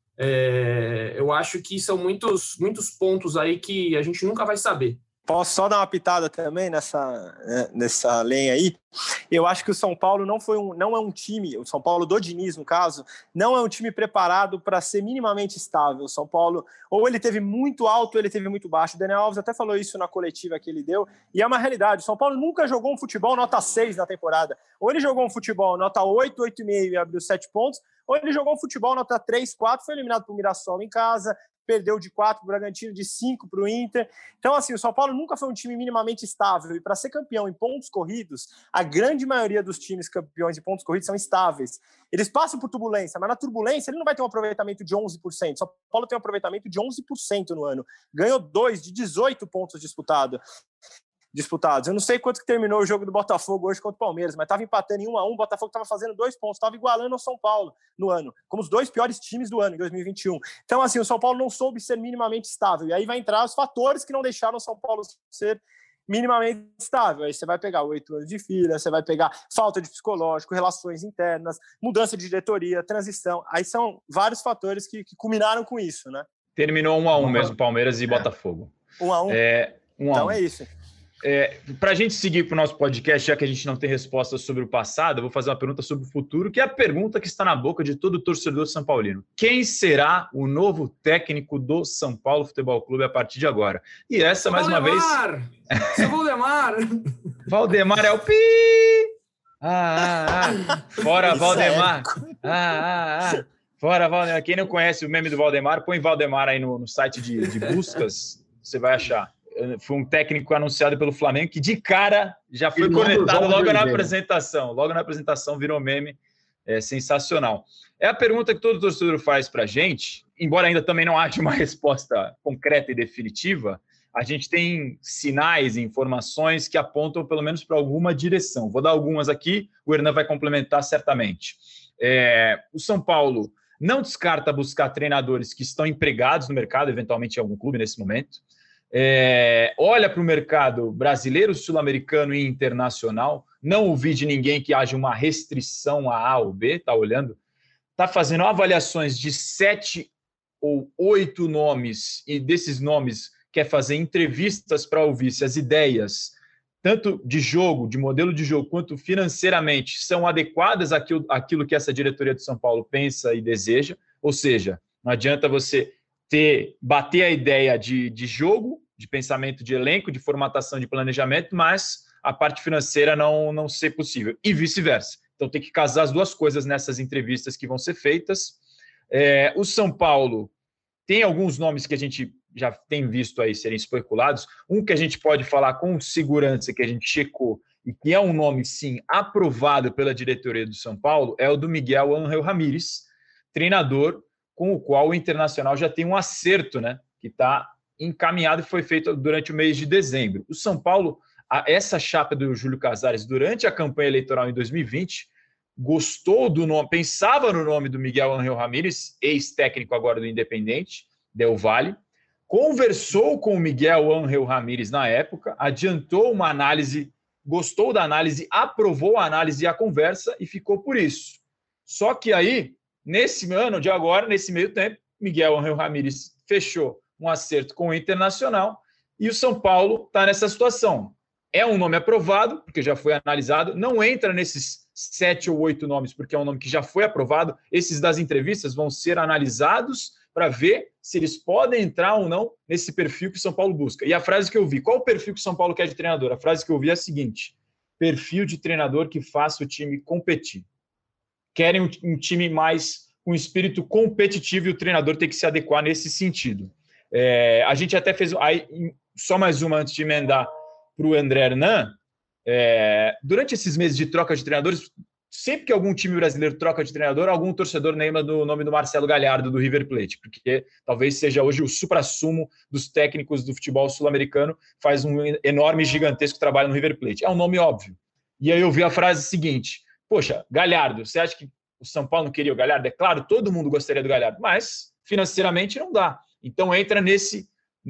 É, eu acho que são muitos, muitos pontos aí que a gente nunca vai saber. Posso só dar uma pitada também nessa, nessa lenha aí? Eu acho que o São Paulo não, foi um, não é um time, o São Paulo do Diniz, no caso, não é um time preparado para ser minimamente estável. O São Paulo, ou ele teve muito alto, ou ele teve muito baixo. O Daniel Alves até falou isso na coletiva que ele deu, e é uma realidade. O São Paulo nunca jogou um futebol nota seis na temporada. Ou ele jogou um futebol nota oito, oito vírgula cinco e abriu sete pontos, ou ele jogou um futebol nota três, quatro, foi eliminado para o Mirassol em casa, perdeu de quatro para o Bragantino, de cinco para o Inter. Então, assim, o São Paulo nunca foi um time minimamente estável. E para ser campeão em pontos corridos, a grande maioria dos times campeões em pontos corridos são estáveis. Eles passam por turbulência, mas na turbulência ele não vai ter um aproveitamento de onze por cento. O São Paulo tem um aproveitamento de onze por cento no ano. Ganhou dois de dezoito pontos disputados. disputados. Eu não sei quanto que terminou o jogo do Botafogo hoje contra o Palmeiras, mas estava empatando em um a um, o Botafogo estava fazendo dois pontos, estava igualando ao São Paulo no ano, como os dois piores times do ano, em dois mil e vinte e um. Então, assim, o São Paulo não soube ser minimamente estável, e aí vai entrar os fatores que não deixaram o São Paulo ser minimamente estável. Aí você vai pegar oito anos de fila, você vai pegar falta de psicológico, relações internas, mudança de diretoria, transição. Aí são vários fatores que, que culminaram com isso, né? Terminou um a um mesmo, Palmeiras e é. Botafogo. Um a um? É, um então a um. é isso. É, para a gente seguir para o nosso podcast, já que a gente não tem respostas sobre o passado, eu vou fazer uma pergunta sobre o futuro, que é a pergunta que está na boca de todo torcedor são paulino. Quem será o novo técnico do São Paulo Futebol Clube a partir de agora? E essa, mais Valdemar! uma vez... Seu Valdemar! Valdemar é o pi! Ah, ah, ah. Fora Isso Valdemar! É. Ah, ah, ah. Fora Valdemar! Quem não conhece o meme do Valdemar, põe Valdemar aí no, no site de, de buscas, você vai achar. Foi um técnico anunciado pelo Flamengo que de cara já foi conectado logo na apresentação. Logo na apresentação virou meme. É sensacional. É a pergunta que todo torcedor faz para a gente, embora ainda também não haja uma resposta concreta e definitiva, a gente tem sinais e informações que apontam pelo menos para alguma direção. Vou dar algumas aqui, o Hernan vai complementar certamente. É, o São Paulo não descarta buscar treinadores que estão empregados no mercado, eventualmente em algum clube nesse momento. É, olha para o mercado brasileiro, sul-americano e internacional, não ouvi de ninguém que haja uma restrição a A ou B, está olhando, está fazendo avaliações de sete ou oito nomes, e desses nomes quer fazer entrevistas para ouvir se as ideias, tanto de jogo, de modelo de jogo, quanto financeiramente, são adequadas àquilo, àquilo que essa diretoria de São Paulo pensa e deseja, ou seja, não adianta você ter, bater a ideia de, de jogo, de pensamento de elenco, de formatação de planejamento, mas a parte financeira não, não ser possível, e vice-versa. Então tem que casar as duas coisas nessas entrevistas que vão ser feitas. É, o São Paulo tem alguns nomes que a gente já tem visto aí serem especulados. Um que a gente pode falar com segurança, que a gente checou, e que é um nome, sim, aprovado pela diretoria do São Paulo, é o do Miguel Ángel Ramírez, treinador com o qual o Internacional já tem um acerto, né, que está encaminhado e foi feito durante o mês de dezembro. O São Paulo, essa chapa do Júlio Casares, durante a campanha eleitoral em dois mil e vinte, gostou do nome, pensava no nome do Miguel Ángel Ramírez, ex-técnico agora do Independente, Del Valle, conversou com o Miguel Ángel Ramírez na época, adiantou uma análise, gostou da análise, aprovou a análise e a conversa e ficou por isso. Só que aí, nesse ano de agora, nesse meio tempo, Miguel Ángel Ramírez fechou um acerto com o Internacional e o São Paulo está nessa situação. É um nome aprovado, porque já foi analisado, não entra nesses sete ou oito nomes, porque é um nome que já foi aprovado. Esses das entrevistas vão ser analisados para ver se eles podem entrar ou não nesse perfil que o São Paulo busca. E a frase que eu vi, qual o perfil que o São Paulo quer de treinador? A frase que eu vi é a seguinte: perfil de treinador que faça o time competir. Querem um time mais com um espírito competitivo e o treinador tem que se adequar nesse sentido. É, a gente até fez... Aí, só mais uma antes de emendar para o André Hernan. É, durante esses meses de troca de treinadores, sempre que algum time brasileiro troca de treinador, algum torcedor lembra do nome do Marcelo Galhardo, do River Plate, porque talvez seja hoje o suprassumo dos técnicos do futebol sul-americano, faz um enorme, gigantesco trabalho no River Plate. É um nome óbvio. E aí eu vi a frase seguinte: poxa, Galhardo, você acha que o São Paulo não queria o Galhardo? É claro, todo mundo gostaria do Galhardo, mas financeiramente não dá. Então entra nesse,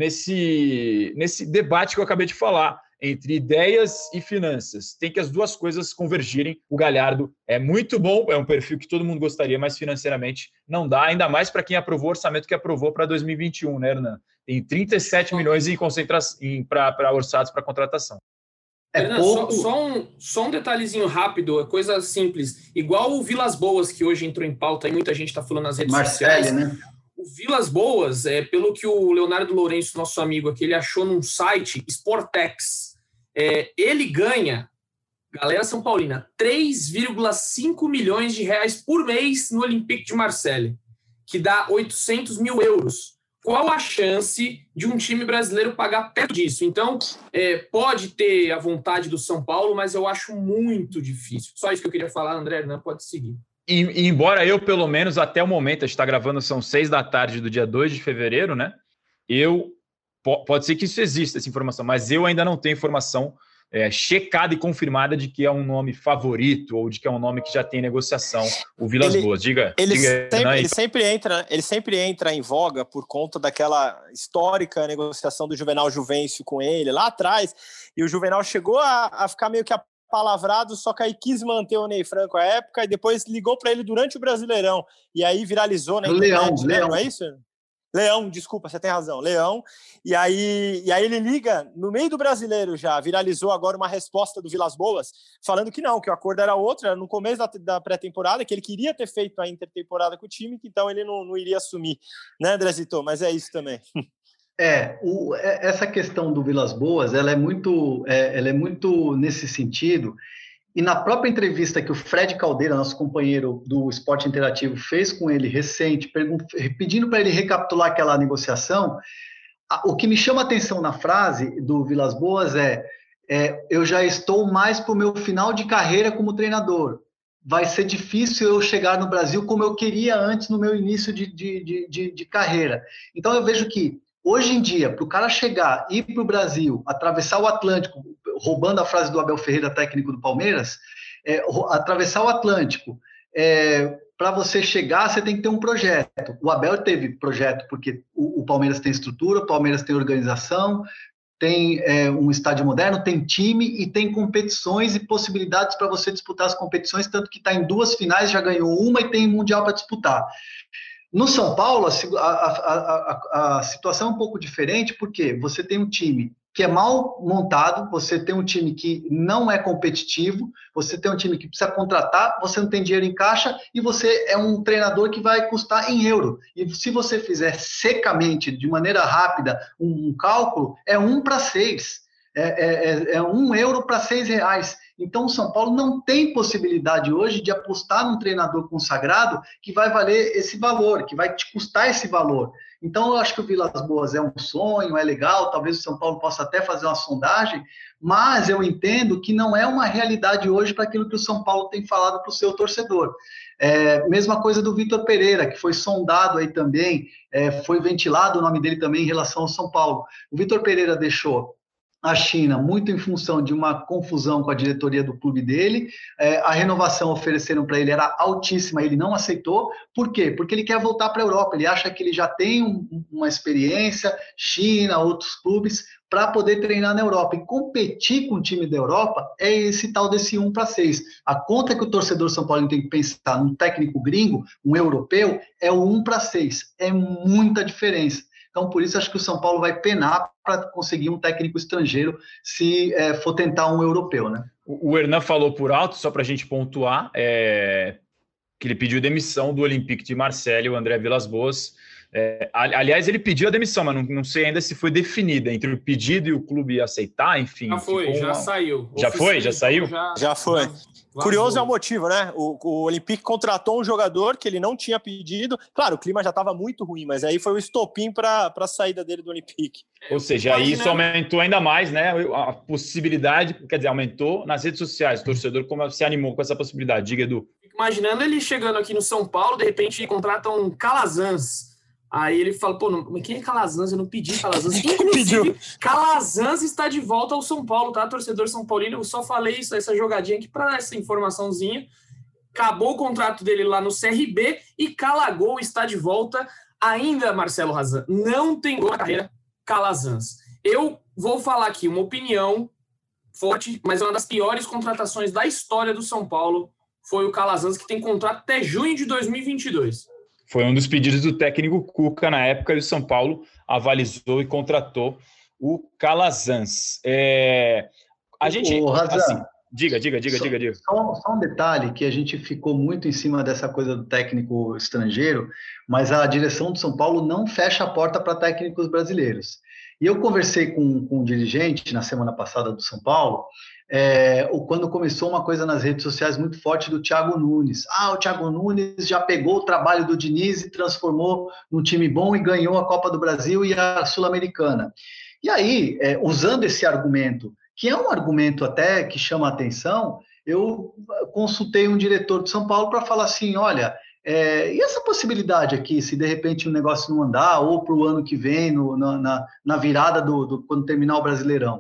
nesse, nesse debate que eu acabei de falar, entre ideias e finanças. Tem que as duas coisas convergirem. O Galhardo é muito bom, é um perfil que todo mundo gostaria, mas financeiramente não dá, ainda mais para quem aprovou o orçamento que aprovou para dois mil e vinte e um, né, Hernan? Tem trinta e sete milhões em concentração para orçados para contratação. É Hernan, só, só, um, só um detalhezinho rápido, é coisa simples. Igual o Vilas Boas, que hoje entrou em pauta e muita gente está falando nas redes Marcelo, sociais. Né? O Vilas Boas, é, pelo que o Leonardo Lourenço, nosso amigo aqui, ele achou num site, Sportex, é, ele ganha, galera São Paulina, três vírgula cinco milhões de reais por mês no Olympique de Marseille, que dá oitocentos mil euros. Qual a chance de um time brasileiro pagar perto disso? Então, é, pode ter a vontade do São Paulo, mas eu acho muito difícil. Só isso que eu queria falar, André, não pode seguir. E, e embora eu, pelo menos, até o momento, a gente está gravando, são seis da tarde do dia dois de fevereiro, né? Eu, pode ser que isso exista, essa informação, mas eu ainda não tenho informação é, checada e confirmada de que é um nome favorito ou de que é um nome que já tem negociação, o Vilas ele, Boas. Diga, ele, diga sempre, ele, sempre entra, ele sempre entra em voga por conta daquela histórica negociação do Juvenal Juvencio com ele lá atrás, e o Juvenal chegou a, a ficar meio que a palavrado, só que aí quis manter o Ney Franco à época e depois ligou para ele durante o Brasileirão e aí viralizou na internet, Leão, né? Leão. Não é isso? Leão, desculpa, você tem razão, Leão. E aí, e aí ele liga no meio do Brasileiro já, viralizou agora uma resposta do Vilas Boas falando que não, que o acordo era outro, era no começo da, da pré-temporada, que ele queria ter feito a intertemporada com o time, que então ele não, não iria assumir, né, Andrezito? Mas é isso também. É, o, essa questão do Vilas Boas, ela é muito, é, ela é muito nesse sentido, e na própria entrevista que o Fred Caldeira, nosso companheiro do Esporte Interativo, fez com ele recente, pedindo para ele recapitular aquela negociação, a, o que me chama a atenção na frase do Vilas Boas é, é eu já estou mais para o meu final de carreira como treinador, vai ser difícil eu chegar no Brasil como eu queria antes no meu início de, de, de, de, de carreira. Então eu vejo que hoje em dia, para o cara chegar, ir para o Brasil, atravessar o Atlântico, roubando a frase do Abel Ferreira, técnico do Palmeiras, é, atravessar o Atlântico, é, para você chegar, você tem que ter um projeto. O Abel teve projeto porque o, o Palmeiras tem estrutura, o Palmeiras tem organização, tem é, um estádio moderno, tem time e tem competições e possibilidades para você disputar as competições, tanto que está em duas finais, já ganhou uma e tem Mundial para disputar. No São Paulo, a, a, a, a situação é um pouco diferente, porque você tem um time que é mal montado, você tem um time que não é competitivo, você tem um time que precisa contratar, você não tem dinheiro em caixa e você é um treinador que vai custar em euro. E se você fizer secamente, de maneira rápida, um, um cálculo, é um para seis. É, é, é um euro para seis reais. Então, o São Paulo não tem possibilidade hoje de apostar num treinador consagrado que vai valer esse valor, que vai te custar esse valor. Então, eu acho que o Vilas Boas é um sonho, é legal, talvez o São Paulo possa até fazer uma sondagem, mas eu entendo que não é uma realidade hoje para aquilo que o São Paulo tem falado para o seu torcedor. É, mesma coisa do Vitor Pereira, que foi sondado aí também, é, foi ventilado o nome dele também em relação ao São Paulo. O Vitor Pereira deixou a China, muito em função de uma confusão com a diretoria do clube dele, é, a renovação ofereceram para ele era altíssima, ele não aceitou. Por quê? Porque ele quer voltar para a Europa, ele acha que ele já tem um, uma experiência, China, outros clubes, para poder treinar na Europa, e competir com o time da Europa é esse tal desse um para seis. A conta que o torcedor São Paulo tem que pensar num técnico gringo, um europeu, é o um para seis, é muita diferença. Então, por isso, acho que o São Paulo vai penar para conseguir um técnico estrangeiro se é, for tentar um europeu, né? O Hernan falou por alto, só para a gente pontuar, é, que ele pediu demissão do Olympique de Marseille, o André Vilas Boas. É, aliás, ele pediu a demissão, mas não, não sei ainda se foi definida entre o pedido e o clube aceitar, enfim. Já foi, já uma... saiu. Já foi? Já saiu? Já, já foi. Já Curioso é o motivo, né? O, o Olympique contratou um jogador que ele não tinha pedido. Claro, o clima já estava muito ruim, mas aí foi o estopim para a saída dele do Olympique. Ou seja, aí isso aumentou ainda mais, né? A possibilidade, quer dizer, aumentou nas redes sociais. O torcedor como se animou com essa possibilidade. Diga, Edu. Imaginando ele chegando aqui no São Paulo, de repente contratam um Calazans. Aí ele fala, pô, não, quem é Calazans? Eu não pedi Calazans. Inclusive, Calazans está de volta ao São Paulo, tá? Torcedor São Paulino, eu só falei isso, essa jogadinha aqui para essa informaçãozinha. Acabou o contrato dele lá no C R B e Calagol está de volta. Ainda, Marcelo Razan, não tem gol na carreira Calazans. Eu vou falar aqui uma opinião forte, mas é uma das piores contratações da história do São Paulo. Foi o Calazans, que tem contrato até junho de dois mil e vinte e dois. Foi um dos pedidos do técnico Cuca na época e o São Paulo avalizou e contratou o Calazans. É... A gente... Ô, Razan, assim, diga, diga, diga, só, diga, diga. Só, só um detalhe, que a gente ficou muito em cima dessa coisa do técnico estrangeiro, mas a direção do São Paulo não fecha a porta para técnicos brasileiros. E eu conversei com, com um dirigente na semana passada do São Paulo, É, quando começou uma coisa nas redes sociais muito forte do Thiago Nunes. Ah, o Thiago Nunes já pegou o trabalho do Diniz e transformou num time bom e ganhou a Copa do Brasil e a Sul-Americana. E aí, é, usando esse argumento, que é um argumento até que chama a atenção, eu consultei um diretor de São Paulo para falar assim, olha, é, e essa possibilidade aqui, se de repente o negócio não andar, ou para o ano que vem, no, na, na virada do, do quando terminar o Brasileirão?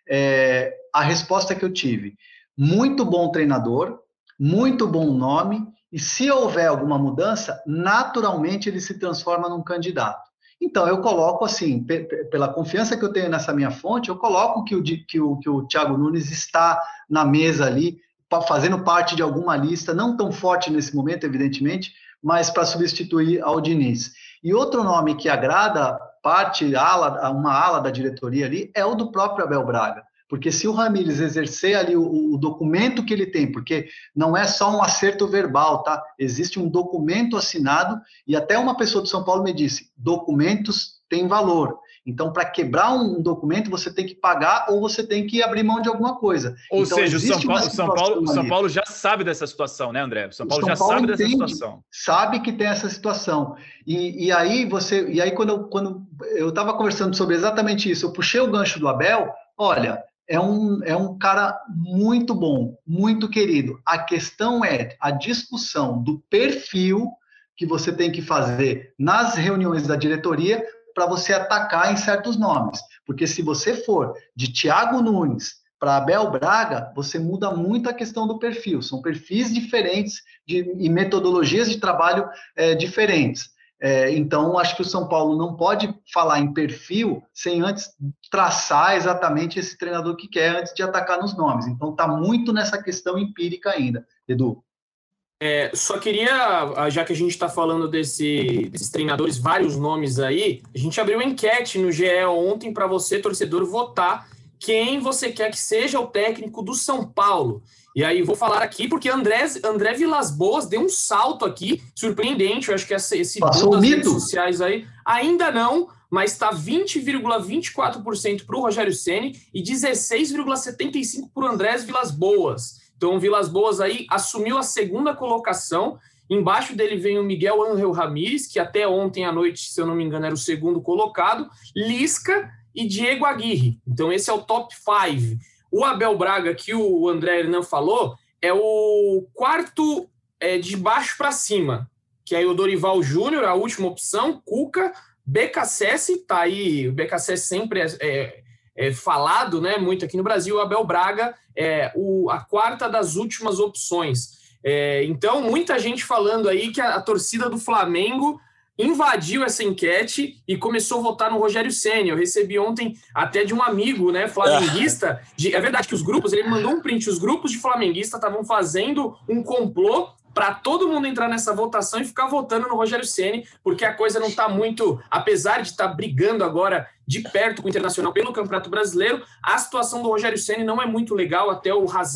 É, a resposta que eu tive, muito bom treinador, muito bom nome, e se houver alguma mudança, naturalmente ele se transforma num candidato. Então, eu coloco assim, pela confiança que eu tenho nessa minha fonte, eu coloco que o, que o, que o Thiago Nunes está na mesa ali, fazendo parte de alguma lista, não tão forte nesse momento, evidentemente, mas para substituir ao Diniz. E outro nome que agrada parte, ala, uma ala da diretoria ali, é o do próprio Abel Braga. Porque se o Ramírez exercer ali o, o documento que ele tem, porque não é só um acerto verbal, tá? Existe um documento assinado, e até uma pessoa do São Paulo me disse, documentos têm valor. Então, para quebrar um documento, você tem que pagar ou você tem que abrir mão de alguma coisa. Ou então, seja, o São Paulo, São, Paulo, São Paulo já sabe dessa situação, né, André? O São Paulo, o São Paulo já sabe entende, dessa situação. Sabe que tem essa situação. E, e aí, você, e aí quando eu quando eu estava conversando sobre exatamente isso, eu puxei o gancho do Abel, olha, é um, é um cara muito bom, muito querido. A questão é a discussão do perfil que você tem que fazer nas reuniões da diretoria para você atacar em certos nomes. Porque se você for de Thiago Nunes para Abel Braga, você muda muito a questão do perfil. São perfis diferentes de, e metodologias de trabalho é, diferentes. É, então, acho que o São Paulo não pode falar em perfil sem antes traçar exatamente esse treinador que quer, antes de atacar nos nomes. Então, está muito nessa questão empírica ainda, Edu. É, só queria, já que a gente está falando desse, desses treinadores, vários nomes aí, a gente abriu uma enquete no G E ontem para você, torcedor, votar quem você quer que seja o técnico do São Paulo. E aí vou falar aqui porque André, André Vilas Boas deu um salto aqui, surpreendente, eu acho que esse, esse Passou das o redes mito? sociais aí, ainda não, mas está vinte vírgula vinte e quatro por cento para o Rogério Ceni e dezesseis vírgula setenta e cinco por cento para o André Vilas Boas. Então, o Vilas Boas aí assumiu a segunda colocação. Embaixo dele vem o Miguel Ángel Ramírez, que até ontem à noite, se eu não me engano, era o segundo colocado, Lisca e Diego Aguirre. Então, esse é o top cinco. O Abel Braga, que o André Hernan falou, é o quarto é, de baixo para cima, que aí o Dorival Júnior, a última opção, Cuca, B K S S, tá aí, o B K S S sempre é... é É, falado, né, muito aqui no Brasil, o Abel Braga é o, a quarta das últimas opções. É, então, muita gente falando aí que a, a torcida do Flamengo invadiu essa enquete e começou a votar no Rogério Ceni. Eu recebi ontem até de um amigo, né, flamenguista. De, é verdade que os grupos, ele mandou um print, os grupos de flamenguistas estavam fazendo um complô para todo mundo entrar nessa votação e ficar votando no Rogério Ceni, porque a coisa não está muito, apesar de estar tá brigando agora de perto com o Internacional pelo Campeonato Brasileiro, a situação do Rogério Ceni não é muito legal, até o Razan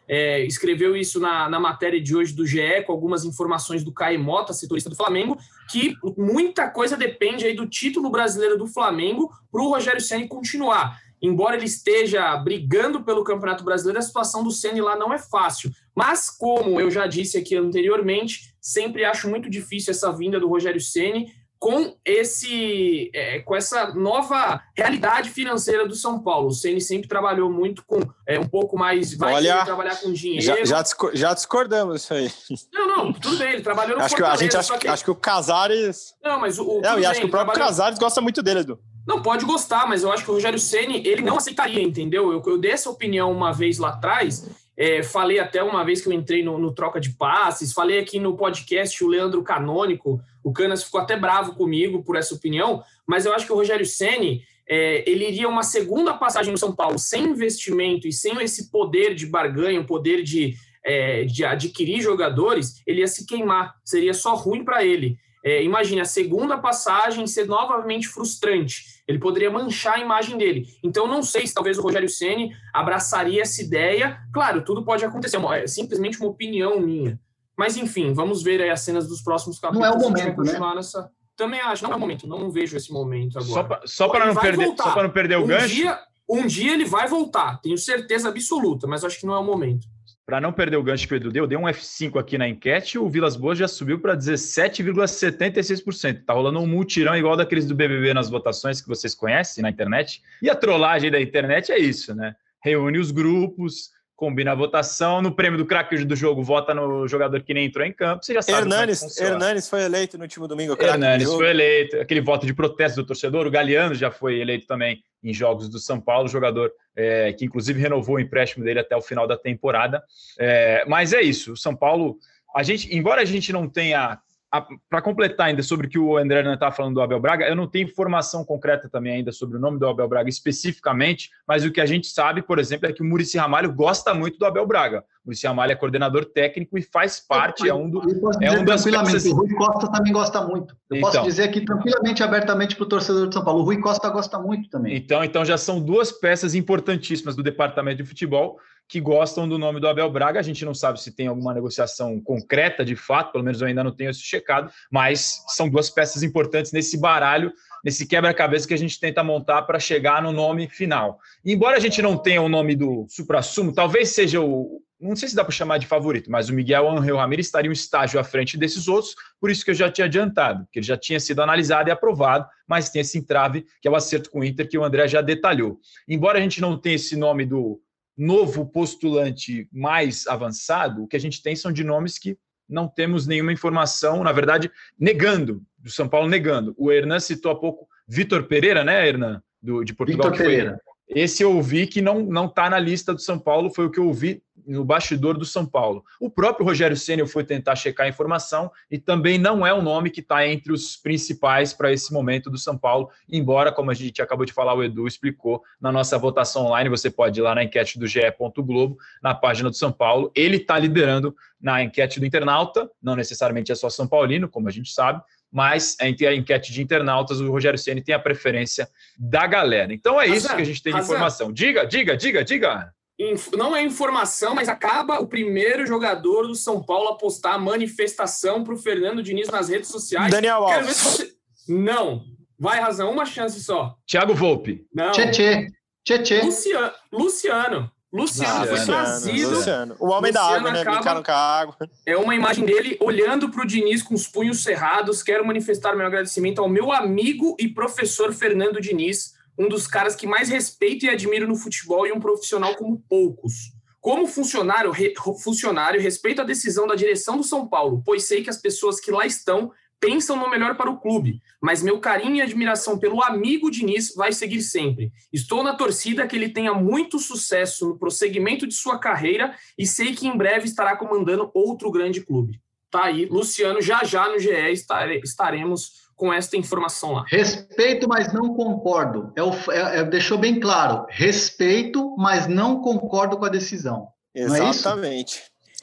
é, escreveu isso na, na matéria de hoje do G E, com algumas informações do Caio Mota, setorista do Flamengo, que muita coisa depende aí do título brasileiro do Flamengo para o Rogério Ceni continuar. Embora ele esteja brigando pelo Campeonato Brasileiro, a situação do Ceni lá não é fácil. Mas, como eu já disse aqui anteriormente, sempre acho muito difícil essa vinda do Rogério Ceni com, esse, é, com essa nova realidade financeira do São Paulo. O Ceni sempre trabalhou muito com é, um pouco mais... Vai Olha, trabalhar com dinheiro. Já, já, discor- já discordamos isso aí. Não, não, tudo bem, ele trabalhou no acho que a gente acha que... acho que o Casares... Não, mas o... o não, e bem, acho que o próprio trabalhou... Casares gosta muito dele, Edu. Não, pode gostar, mas eu acho que o Rogério Ceni, ele não aceitaria, entendeu? Eu, eu dei essa opinião uma vez lá atrás, é, falei até uma vez que eu entrei no, no Troca de Passes, falei aqui no podcast o Leandro Canônico, o Canas ficou até bravo comigo por essa opinião, mas eu acho que o Rogério Ceni, é, ele iria uma segunda passagem no São Paulo sem investimento e sem esse poder de barganha, o poder de, é, de adquirir jogadores, ele ia se queimar, seria só ruim para ele. É, imagine, a segunda passagem ser novamente frustrante. Ele poderia manchar a imagem dele. Então, não sei se talvez o Rogério Ceni abraçaria essa ideia. Claro, tudo pode acontecer. É simplesmente uma opinião minha. Mas, enfim, vamos ver aí as cenas dos próximos capítulos. Não é o momento, né? Nessa... Também acho, não é o momento. Não vejo esse momento agora. Só para não, perder, não perder o um gancho? Dia, um dia ele vai voltar. Tenho certeza absoluta, mas acho que não é o momento. Para não perder o gancho que o Edu deu, deu um F cinco aqui na enquete, o Vilas Boas já subiu para dezessete vírgula setenta e seis por cento. Está rolando um multirão igual daqueles do B B B nas votações que vocês conhecem na internet. E a trollagem da internet é isso, né? Reúne os grupos, combina a votação, no prêmio do craque do jogo, vota no jogador que nem entrou em campo, você já sabe. Hernanes, Hernanes foi eleito no último domingo. Hernanes foi eleito, aquele voto de protesto do torcedor, o Galeano já foi eleito também em jogos do São Paulo, jogador é, que inclusive renovou o empréstimo dele até o final da temporada. É, mas é isso, o São Paulo, a gente, embora a gente não tenha... Para completar ainda sobre o que o André estava falando do Abel Braga, eu não tenho informação concreta também ainda sobre o nome do Abel Braga especificamente, mas o que a gente sabe, por exemplo, é que o Muricy Ramalho gosta muito do Abel Braga. O Muricy Ramalho é coordenador técnico e faz parte, é um, do, é um das peças... O Rui Costa também gosta muito. Eu então, posso dizer aqui tranquilamente, abertamente para o torcedor de São Paulo, o Rui Costa gosta muito também. Então, então já são duas peças importantíssimas do departamento de futebol que gostam do nome do Abel Braga. A gente não sabe se tem alguma negociação concreta de fato, pelo menos eu ainda não tenho isso checado, mas são duas peças importantes nesse baralho, nesse quebra-cabeça que a gente tenta montar para chegar no nome final. E embora a gente não tenha o nome do suprassumo, talvez seja o... Não sei se dá para chamar de favorito, mas o Miguel Ángel Ramírez estaria um estágio à frente desses outros, por isso que eu já tinha adiantado, que ele já tinha sido analisado e aprovado, mas tem esse entrave, que é o acerto com o Inter, que o André já detalhou. Embora a gente não tenha esse nome do novo postulante mais avançado, o que a gente tem são de nomes que não temos nenhuma informação, na verdade, negando, do São Paulo negando. O Hernan citou há pouco Vitor Pereira, né, Hernan, do, de Portugal. Vitor Pereira. Esse eu ouvi que não não está na lista do São Paulo, foi o que eu ouvi no bastidor do São Paulo. O próprio Rogério Ceni eu fui tentar checar a informação e também não é um nome que está entre os principais para esse momento do São Paulo, embora, como a gente acabou de falar, o Edu explicou na nossa votação online, você pode ir lá na enquete do G E ponto Globo, na página do São Paulo, ele está liderando na enquete do internauta, não necessariamente é só São Paulino, como a gente sabe, mas entre a enquete de internautas, o Rogério Ceni tem a preferência da galera. Então é isso Razan, que a gente tem de Razan. informação. Diga, diga, diga, diga. Não é informação, mas acaba o primeiro jogador do São Paulo a postar manifestação para o Fernando Diniz nas redes sociais. Daniel Alves. Você... Não. Vai, Razão, uma chance só. Thiago Volpe. Não. Tchê, tchê. Luciano. Luciano. Luciano ah, foi Luciano, trazido. Luciano. O homem Luciano da água, né? Acaba... Brincando com a água. É uma imagem dele olhando para o Diniz com os punhos cerrados. Quero manifestar meu agradecimento ao meu amigo e professor Fernando Diniz, um dos caras que mais respeito e admiro no futebol e um profissional como poucos. Como funcionário, re, funcionário, respeito a decisão da direção do São Paulo, pois sei que as pessoas que lá estão pensam no melhor para o clube, mas meu carinho e admiração pelo amigo Diniz vai seguir sempre. Estou na torcida que ele tenha muito sucesso no prosseguimento de sua carreira e sei que em breve estará comandando outro grande clube. Tá aí, Luciano, já já no G E estare, estaremos com esta informação lá. Respeito, mas não concordo. É o, é, é, deixou bem claro. Respeito, mas não concordo com a decisão. Exatamente.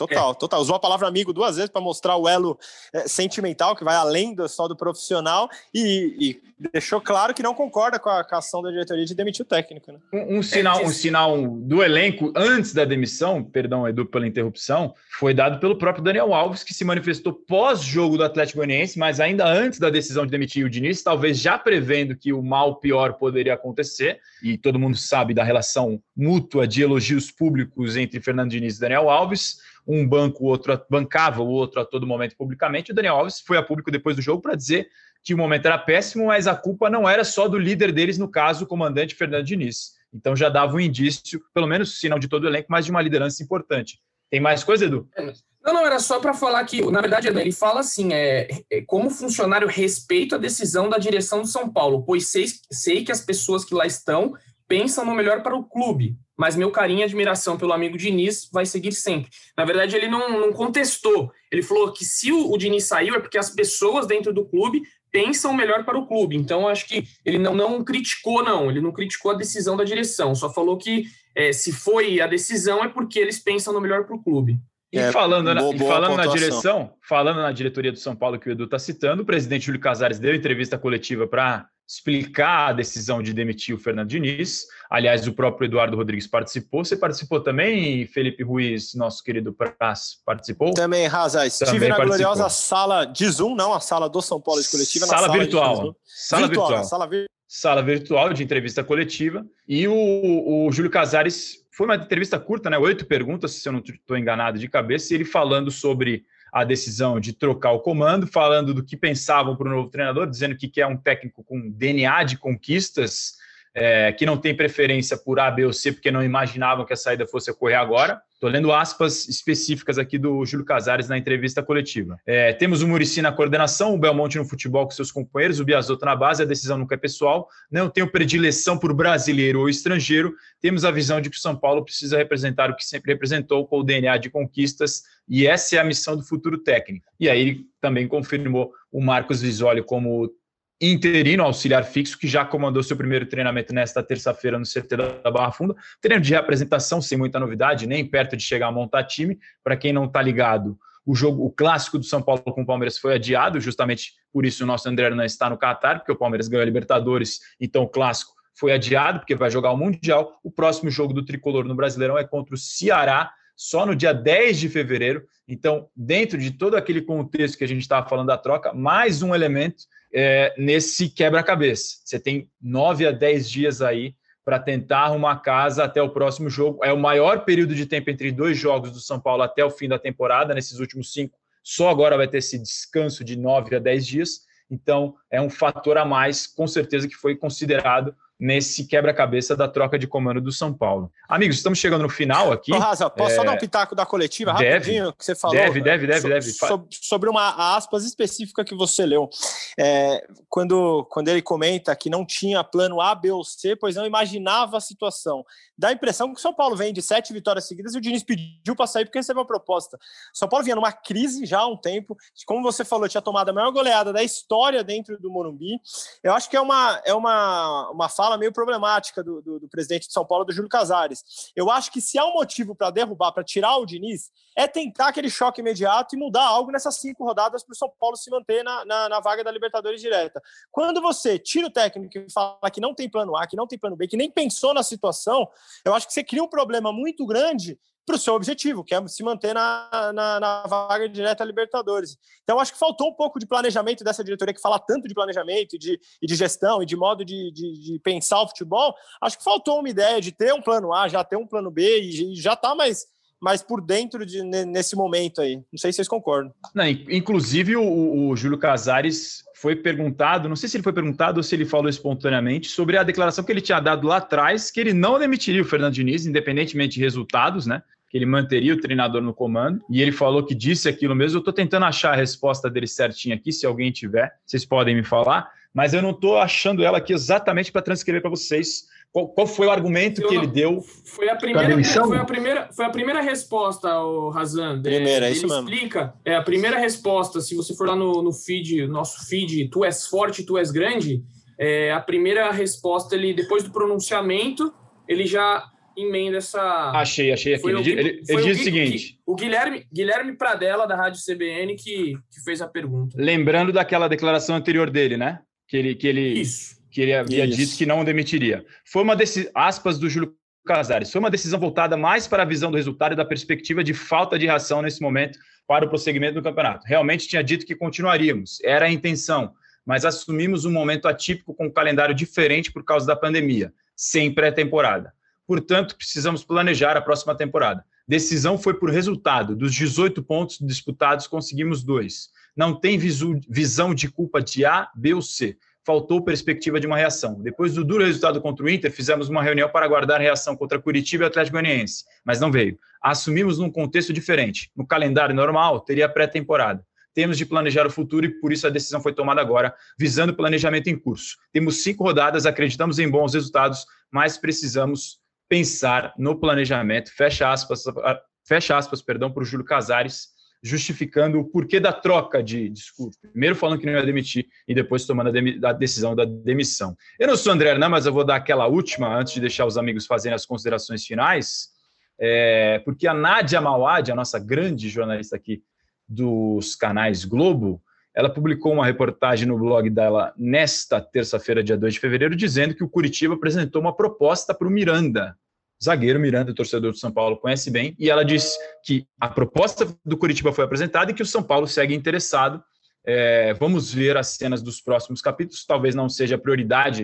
Total, é. total. Usou a palavra amigo duas vezes para mostrar o elo é, sentimental, que vai além do, só do profissional, e, e deixou claro que não concorda com a, com a ação da diretoria de demitir o técnico. Né? Um, um, sinal, um sinal do elenco antes da demissão, perdão, Edu, pela interrupção, foi dado pelo próprio Daniel Alves, que se manifestou pós-jogo do Atlético Goianiense, mas ainda antes da decisão de demitir o Diniz, talvez já prevendo que o mal pior poderia acontecer, e todo mundo sabe da relação mútua de elogios públicos entre Fernando Diniz e Daniel Alves. Um banco, o outro bancava o outro a todo momento publicamente. O Daniel Alves foi a público depois do jogo para dizer que o momento era péssimo, mas a culpa não era só do líder deles, no caso, o comandante Fernando Diniz. Então já dava um indício, pelo menos se não de todo o elenco, mas de uma liderança importante. Tem mais coisa, Edu? Não, não, era só para falar que, na verdade, ele fala assim, é, é, como funcionário respeito a decisão da direção do São Paulo, pois sei, sei que as pessoas que lá estão pensam no melhor para o clube, mas meu carinho e admiração pelo amigo Diniz vai seguir sempre. Na verdade, ele não, não contestou. Ele falou que se o, o Diniz saiu é porque as pessoas dentro do clube pensam melhor para o clube. Então, acho que ele não, não criticou, não. Ele não criticou a decisão da direção. Só falou que é, se foi a decisão é porque eles pensam no melhor para o clube. E é, falando, na, e falando na direção, falando na diretoria do São Paulo que o Edu está citando, o presidente Júlio Casares deu entrevista coletiva para explicar a decisão de demitir o Fernando Diniz. Aliás, o próprio Eduardo Rodrigues participou. Você participou também, Felipe Ruiz, nosso querido Praz, participou? Também, Raza. Estive também na participou. Gloriosa sala de Zoom, não a sala do São Paulo de coletiva. Sala, na sala virtual. Sala virtual. virtual. Sala virtual. Sala virtual de entrevista coletiva. E o, o Júlio Casares, foi uma entrevista curta, né? Oito perguntas, se eu não estou enganado de cabeça, e ele falando sobre a decisão de trocar o comando, falando do que pensavam para o novo treinador, dizendo que quer um técnico com D N A de conquistas, é, que não tem preferência por A, B ou C, porque não imaginavam que a saída fosse ocorrer agora. Estou lendo aspas específicas aqui do Júlio Casares na entrevista coletiva. É, temos o Muricy na coordenação, o Belmonte no futebol com seus companheiros, o Biasotto na base, a decisão nunca é pessoal, não tenho predileção por brasileiro ou estrangeiro, temos a visão de que o São Paulo precisa representar o que sempre representou, com o D N A de conquistas, e essa é a missão do futuro técnico. E aí ele também confirmou o Marcos Visoli como interino, auxiliar fixo, que já comandou seu primeiro treinamento nesta terça-feira no C T da Barra Funda. Treino de representação, sem muita novidade, nem perto de chegar a montar time. Para quem não está ligado, o jogo, o clássico do São Paulo com o Palmeiras foi adiado, justamente por isso o nosso André não está no Catar, porque o Palmeiras ganhou a Libertadores, então o clássico foi adiado, porque vai jogar o Mundial. O próximo jogo do Tricolor no Brasileirão é contra o Ceará, só no dia dez de fevereiro. Então, dentro de todo aquele contexto que a gente estava falando da troca, mais um elemento É, nesse quebra-cabeça. Você tem nove a dez dias aí para tentar arrumar casa até o próximo jogo. É o maior período de tempo entre dois jogos do São Paulo até o fim da temporada. Nesses últimos cinco, só agora vai ter esse descanso de nove a dez dias. Então, é um fator a mais, com certeza, que foi considerado nesse quebra-cabeça da troca de comando do São Paulo. Amigos, estamos chegando no final aqui. Ô, Raza, posso é... só dar um pitaco da coletiva rapidinho? Deve, que você falou, deve, deve, deve, so, deve. So, sobre uma aspas específica que você leu. É, quando, quando ele comenta que não tinha plano A, B ou C, pois não imaginava a situação. Dá a impressão que o São Paulo vem de sete vitórias seguidas e o Diniz pediu para sair porque recebeu a proposta. O São Paulo vinha numa crise já há um tempo. Como você falou, tinha tomado a maior goleada da história dentro do Morumbi. Eu acho que é uma, é uma, uma fala meio problemática Do, do, do presidente de São Paulo, do Júlio Casares. Eu acho que se há um motivo para derrubar, para tirar o Diniz, é tentar aquele choque imediato e mudar algo nessas cinco rodadas para o São Paulo se manter na, na, na vaga da Libertadores direta. Quando você tira o técnico e fala que não tem plano A, que não tem plano B, que nem pensou na situação, eu acho que você cria um problema muito grande para o seu objetivo, que é se manter na, na, na vaga direta à Libertadores. Então, acho que faltou um pouco de planejamento dessa diretoria, que fala tanto de planejamento e de, e de gestão e de modo de, de, de pensar o futebol. Acho que faltou uma ideia de ter um plano A, já ter um plano B e, e já está mais, mais por dentro de, nesse momento aí. Não sei se vocês concordam. Não, inclusive, o, o Júlio Casares foi perguntado, não sei se ele foi perguntado ou se ele falou espontaneamente, sobre a declaração que ele tinha dado lá atrás, que ele não demitiria o Fernando Diniz, independentemente de resultados, né? Que ele manteria o treinador no comando, e ele falou que disse aquilo mesmo. Eu estou tentando achar a resposta dele certinha aqui, se alguém tiver, vocês podem me falar, mas eu não estou achando ela aqui exatamente para transcrever para vocês qual, qual foi o argumento eu que não, ele deu. Foi a primeira, foi a primeira, foi a primeira resposta, o Razan. Primeira, é isso ele mesmo. Explica, é a primeira resposta, se você for lá no, no feed, nosso feed, Tu és forte, tu és grande, é, a primeira resposta, ele, depois do pronunciamento, ele já emenda essa... Achei, achei aqui. Ele, o, ele, ele diz o, o seguinte... O Guilherme, Guilherme Pradella, da Rádio C B N, que, que fez a pergunta. Lembrando daquela declaração anterior dele, né? Que ele, que ele, Isso. Que ele havia Isso. dito que não o demitiria. Foi uma decisão, aspas do Júlio Casares, foi uma decisão voltada mais para a visão do resultado e da perspectiva de falta de reação nesse momento para o prosseguimento do campeonato. Realmente tinha dito que continuaríamos, era a intenção, mas assumimos um momento atípico com um calendário diferente por causa da pandemia, sem pré-temporada. Portanto, precisamos planejar a próxima temporada. Decisão foi por resultado. Dos dezoito pontos disputados, conseguimos dois. Não tem visu, visão de culpa de A, B ou C. Faltou perspectiva de uma reação. Depois do duro resultado contra o Inter, fizemos uma reunião para aguardar a reação contra Curitiba e Atlético Goianiense, mas não veio. Assumimos num contexto diferente. No calendário normal, teria pré-temporada. Temos de planejar o futuro e por isso a decisão foi tomada agora, visando o planejamento em curso. Temos cinco rodadas, acreditamos em bons resultados, mas precisamos pensar no planejamento. Fecha aspas, fecha aspas, perdão, para o Júlio Casares, justificando o porquê da troca de discurso. Primeiro falando que não ia demitir e depois tomando a, demi- a decisão da demissão. Eu não sou André Hernan, mas eu vou dar aquela última, antes de deixar os amigos fazerem as considerações finais, é, porque a Nádia Mauad, a nossa grande jornalista aqui dos canais Globo, ela publicou uma reportagem no blog dela nesta terça-feira, dia dois de fevereiro, dizendo que o Curitiba apresentou uma proposta para o Miranda, zagueiro Miranda, torcedor do São Paulo, conhece bem, e ela disse que a proposta do Curitiba foi apresentada e que o São Paulo segue interessado. É, vamos ver as cenas dos próximos capítulos, talvez não seja a prioridade,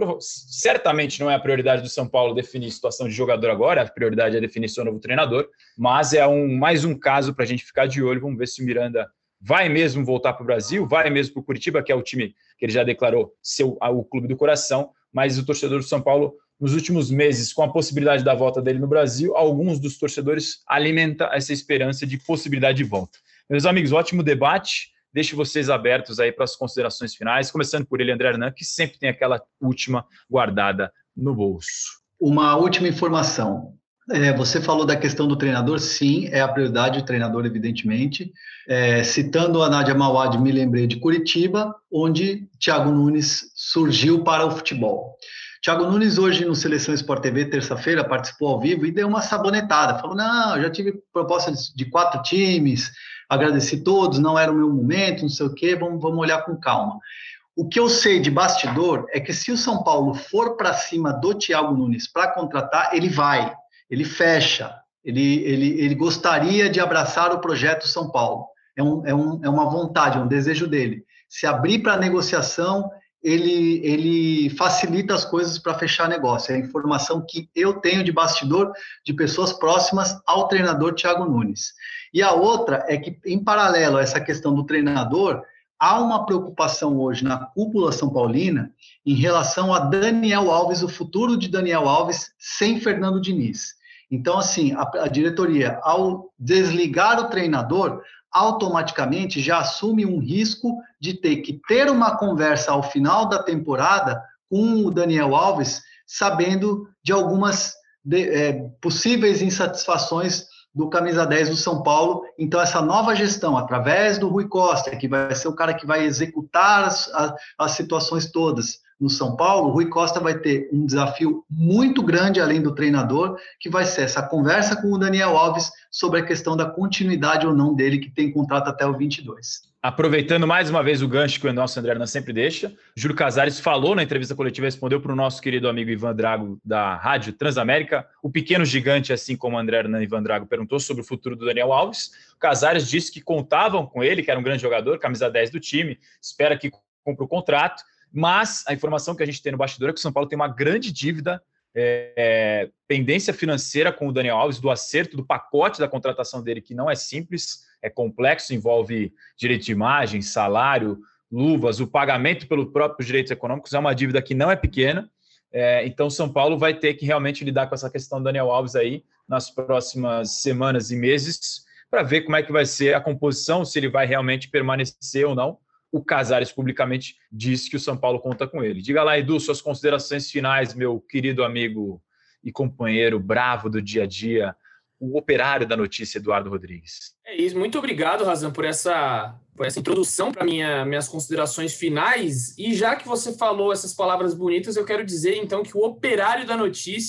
certamente não é a prioridade do São Paulo definir situação de jogador agora, a prioridade é definir seu novo treinador, mas é um, mais um caso para a gente ficar de olho. Vamos ver se o Miranda vai mesmo voltar para o Brasil, vai mesmo para o Curitiba, que é o time que ele já declarou ser o, o clube do coração, mas o torcedor do São Paulo, nos últimos meses, com a possibilidade da volta dele no Brasil, alguns dos torcedores alimentam essa esperança de possibilidade de volta. Meus amigos, ótimo debate. Deixo vocês abertos aí para as considerações finais, começando por ele, André Hernan, que sempre tem aquela última guardada no bolso. Uma última informação. É, você falou da questão do treinador, sim, é a prioridade do treinador, evidentemente. É, citando a Nádia Mauad, me lembrei de Curitiba, onde Thiago Nunes surgiu para o futebol. Thiago Nunes, hoje no Seleção Sport T V, terça-feira, participou ao vivo e deu uma sabonetada. Falou, não, já tive proposta de quatro times, agradeci todos, não era o meu momento, não sei o quê, vamos, vamos olhar com calma. O que eu sei de bastidor é que se o São Paulo for para cima do Thiago Nunes para contratar, ele vai, ele fecha, ele, ele, ele gostaria de abraçar o projeto São Paulo. É, um, é, um, é uma vontade, é um desejo dele. Se abrir para negociação, Ele, ele facilita as coisas para fechar negócio. É a informação que eu tenho de bastidor de pessoas próximas ao treinador Thiago Nunes. E a outra é que, em paralelo a essa questão do treinador, há uma preocupação hoje na cúpula são paulina em relação a Daniel Alves, o futuro de Daniel Alves sem Fernando Diniz. Então, assim, a, a diretoria, ao desligar o treinador, automaticamente já assume um risco de ter que ter uma conversa ao final da temporada com o Daniel Alves, sabendo de algumas de, é, possíveis insatisfações do camisa dez do São Paulo. Então, essa nova gestão, através do Rui Costa, que vai ser o cara que vai executar as, as, as situações todas no São Paulo, o Rui Costa vai ter um desafio muito grande, além do treinador, que vai ser essa conversa com o Daniel Alves sobre a questão da continuidade ou não dele, que tem contrato até o vinte e dois. Aproveitando mais uma vez o gancho que o nosso André Hernan sempre deixa, Júlio Casares falou na entrevista coletiva, respondeu para o nosso querido amigo Ivan Drago, da Rádio Transamérica, o pequeno gigante, assim como o André Hernan e Ivan Drago, perguntou sobre o futuro do Daniel Alves. O Casares disse que contavam com ele, que era um grande jogador, camisa dez do time, espera que cumpra o contrato, mas a informação que a gente tem no bastidor é que o São Paulo tem uma grande dívida, é, é, pendência financeira com o Daniel Alves, do acerto, do pacote da contratação dele, que não é simples, é complexo, envolve direito de imagem, salário, luvas, o pagamento pelos próprios direitos econômicos, é uma dívida que não é pequena, é, então o São Paulo vai ter que realmente lidar com essa questão do Daniel Alves aí nas próximas semanas e meses, para ver como é que vai ser a composição, se ele vai realmente permanecer ou não. O Casares publicamente disse que o São Paulo conta com ele. Diga lá, Edu, suas considerações finais, meu querido amigo e companheiro bravo do dia a dia, o operário da notícia, Eduardo Rodrigues. É isso, muito obrigado, Razan, por essa, por essa introdução para minha, minhas considerações finais. E já que você falou essas palavras bonitas, eu quero dizer, então, que o operário da notícia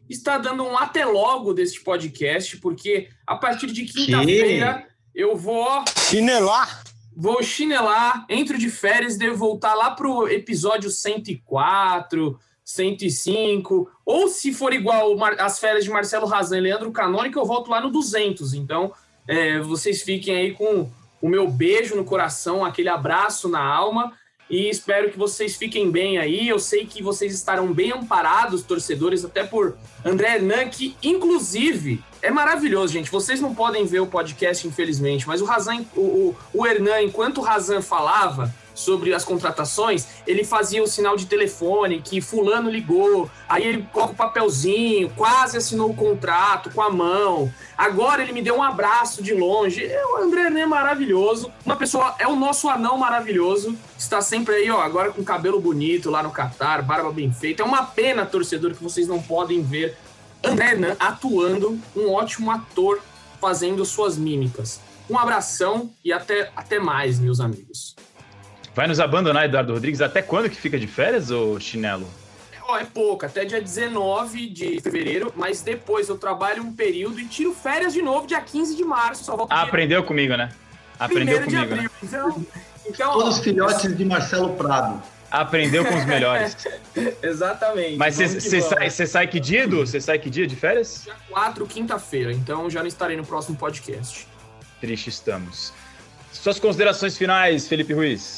está dando um até logo deste podcast, porque a partir de quinta-feira eu vou... Chinelar! Vou chinelar, entro de férias, devo voltar lá pro episódio cento e quatro, cento e cinco, ou se for igual as férias de Marcelo Razan e Leandro Canônico, eu volto lá no duzentos. Então, é, vocês fiquem aí com o meu beijo no coração, aquele abraço na alma, e espero que vocês fiquem bem aí. Eu sei que vocês estarão bem amparados, torcedores, até por André Hernan, que, inclusive, é maravilhoso, gente. Vocês não podem ver o podcast, infelizmente, mas o Razan, o, o, o Hernan, enquanto o Razan falava sobre as contratações, ele fazia o sinal de telefone, que fulano ligou, aí ele coloca o papelzinho, quase assinou o contrato com a mão, agora ele me deu um abraço de longe. É, o André Hernan é maravilhoso, uma pessoa, é o nosso anão maravilhoso, está sempre aí, ó, agora com cabelo bonito lá no Catar, barba bem feita. É uma pena, torcedor, que vocês não podem ver André Hernan atuando, um ótimo ator fazendo suas mímicas. Um abração e até, até mais, meus amigos. Vai nos abandonar, Eduardo Rodrigues? Até quando que fica de férias, ô Chinelo? Oh, é pouco, até dia dezenove de fevereiro, mas depois eu trabalho um período e tiro férias de novo dia quinze de março. Só volto ah, dia... Aprendeu comigo, né? Aprendeu comigo, de abril, né? Então, então, Todos os filhotes de Marcelo Prado. Aprendeu com os melhores. Exatamente. Mas você sai, sai que dia, Edu? Você sai que dia de férias? Dia quatro, quinta-feira, então já não estarei no próximo podcast. Triste estamos. Suas considerações finais, Felipe Ruiz.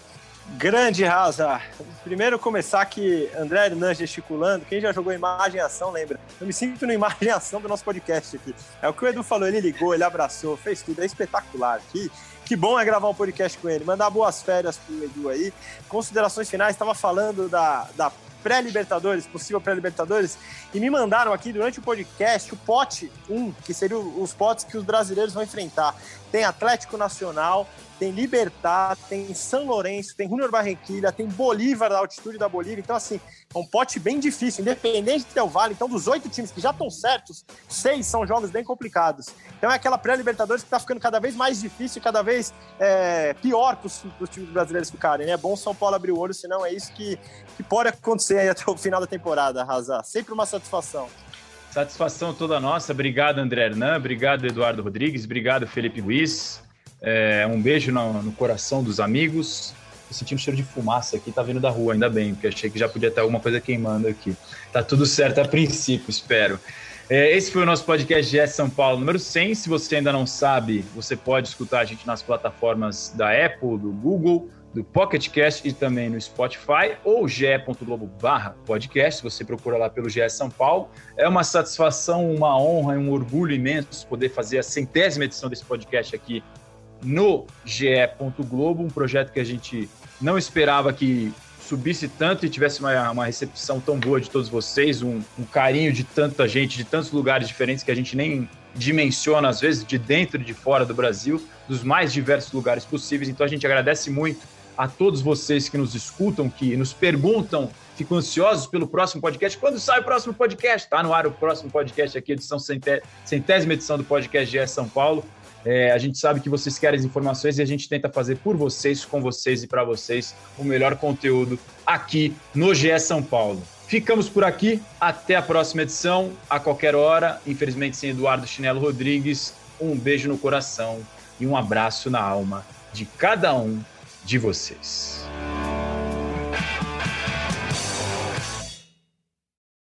Grande Raza. Primeiro começar que André Hernan gesticulando, quem já jogou imagem e ação lembra. Eu me sinto no imagem e ação do nosso podcast aqui. É o que o Edu falou, ele ligou, ele abraçou, fez tudo, é espetacular. Que, que bom é gravar um podcast com ele, mandar boas férias pro Edu aí. Considerações finais, estava falando da, da pré-Libertadores, possível pré-Libertadores, e me mandaram aqui durante o podcast o pote um, que seriam os potes que os brasileiros vão enfrentar. Tem Atlético Nacional, tem Libertad, tem São Lourenço, tem Junior Barranquilla, tem Bolívar da altitude da Bolívia. Então, assim, é um pote bem difícil, independente do Del Valle. Então, dos oito times que já estão certos, seis são jogos bem complicados. Então, é aquela pré-Libertadores que está ficando cada vez mais difícil, cada vez é, pior para os times brasileiros ficarem, né? É bom o São Paulo abrir o olho, senão é isso que, que pode acontecer aí até o final da temporada, Razar. Sempre uma satisfação. Satisfação toda nossa. Obrigado, André Hernan. Obrigado, Eduardo Rodrigues. Obrigado, Felipe Ruiz. É, um beijo no, no coração dos amigos. Tô sentindo um cheiro de fumaça aqui, tá vindo da rua, ainda bem, porque achei que já podia ter alguma coisa queimando aqui. Tá tudo certo a princípio, espero. É, esse foi o nosso podcast G E São Paulo número cem. Se você ainda não sabe, você pode escutar a gente nas plataformas da Apple, do Google, do Pocket Cast e também no Spotify, ou ge.globo barra podcast, você procura lá pelo G E São Paulo. É uma satisfação, uma honra e um orgulho imenso poder fazer a centésima edição desse podcast aqui no ge.globo, um projeto que a gente não esperava que subisse tanto e tivesse uma, uma recepção tão boa de todos vocês, um, um carinho de tanta gente, de tantos lugares diferentes que a gente nem dimensiona, às vezes, de dentro e de fora do Brasil, dos mais diversos lugares possíveis. Então a gente agradece muito a todos vocês que nos escutam, que nos perguntam, ficam ansiosos pelo próximo podcast. Quando sai o próximo podcast? Está no ar o próximo podcast aqui, edição centé, centésima edição do podcast G E São Paulo. É, a gente sabe que vocês querem as informações e a gente tenta fazer por vocês, com vocês e para vocês o melhor conteúdo aqui no G E São Paulo. Ficamos por aqui, até a próxima edição, a qualquer hora. Infelizmente sem Eduardo Chinelo Rodrigues, um beijo no coração e um abraço na alma de cada um de vocês.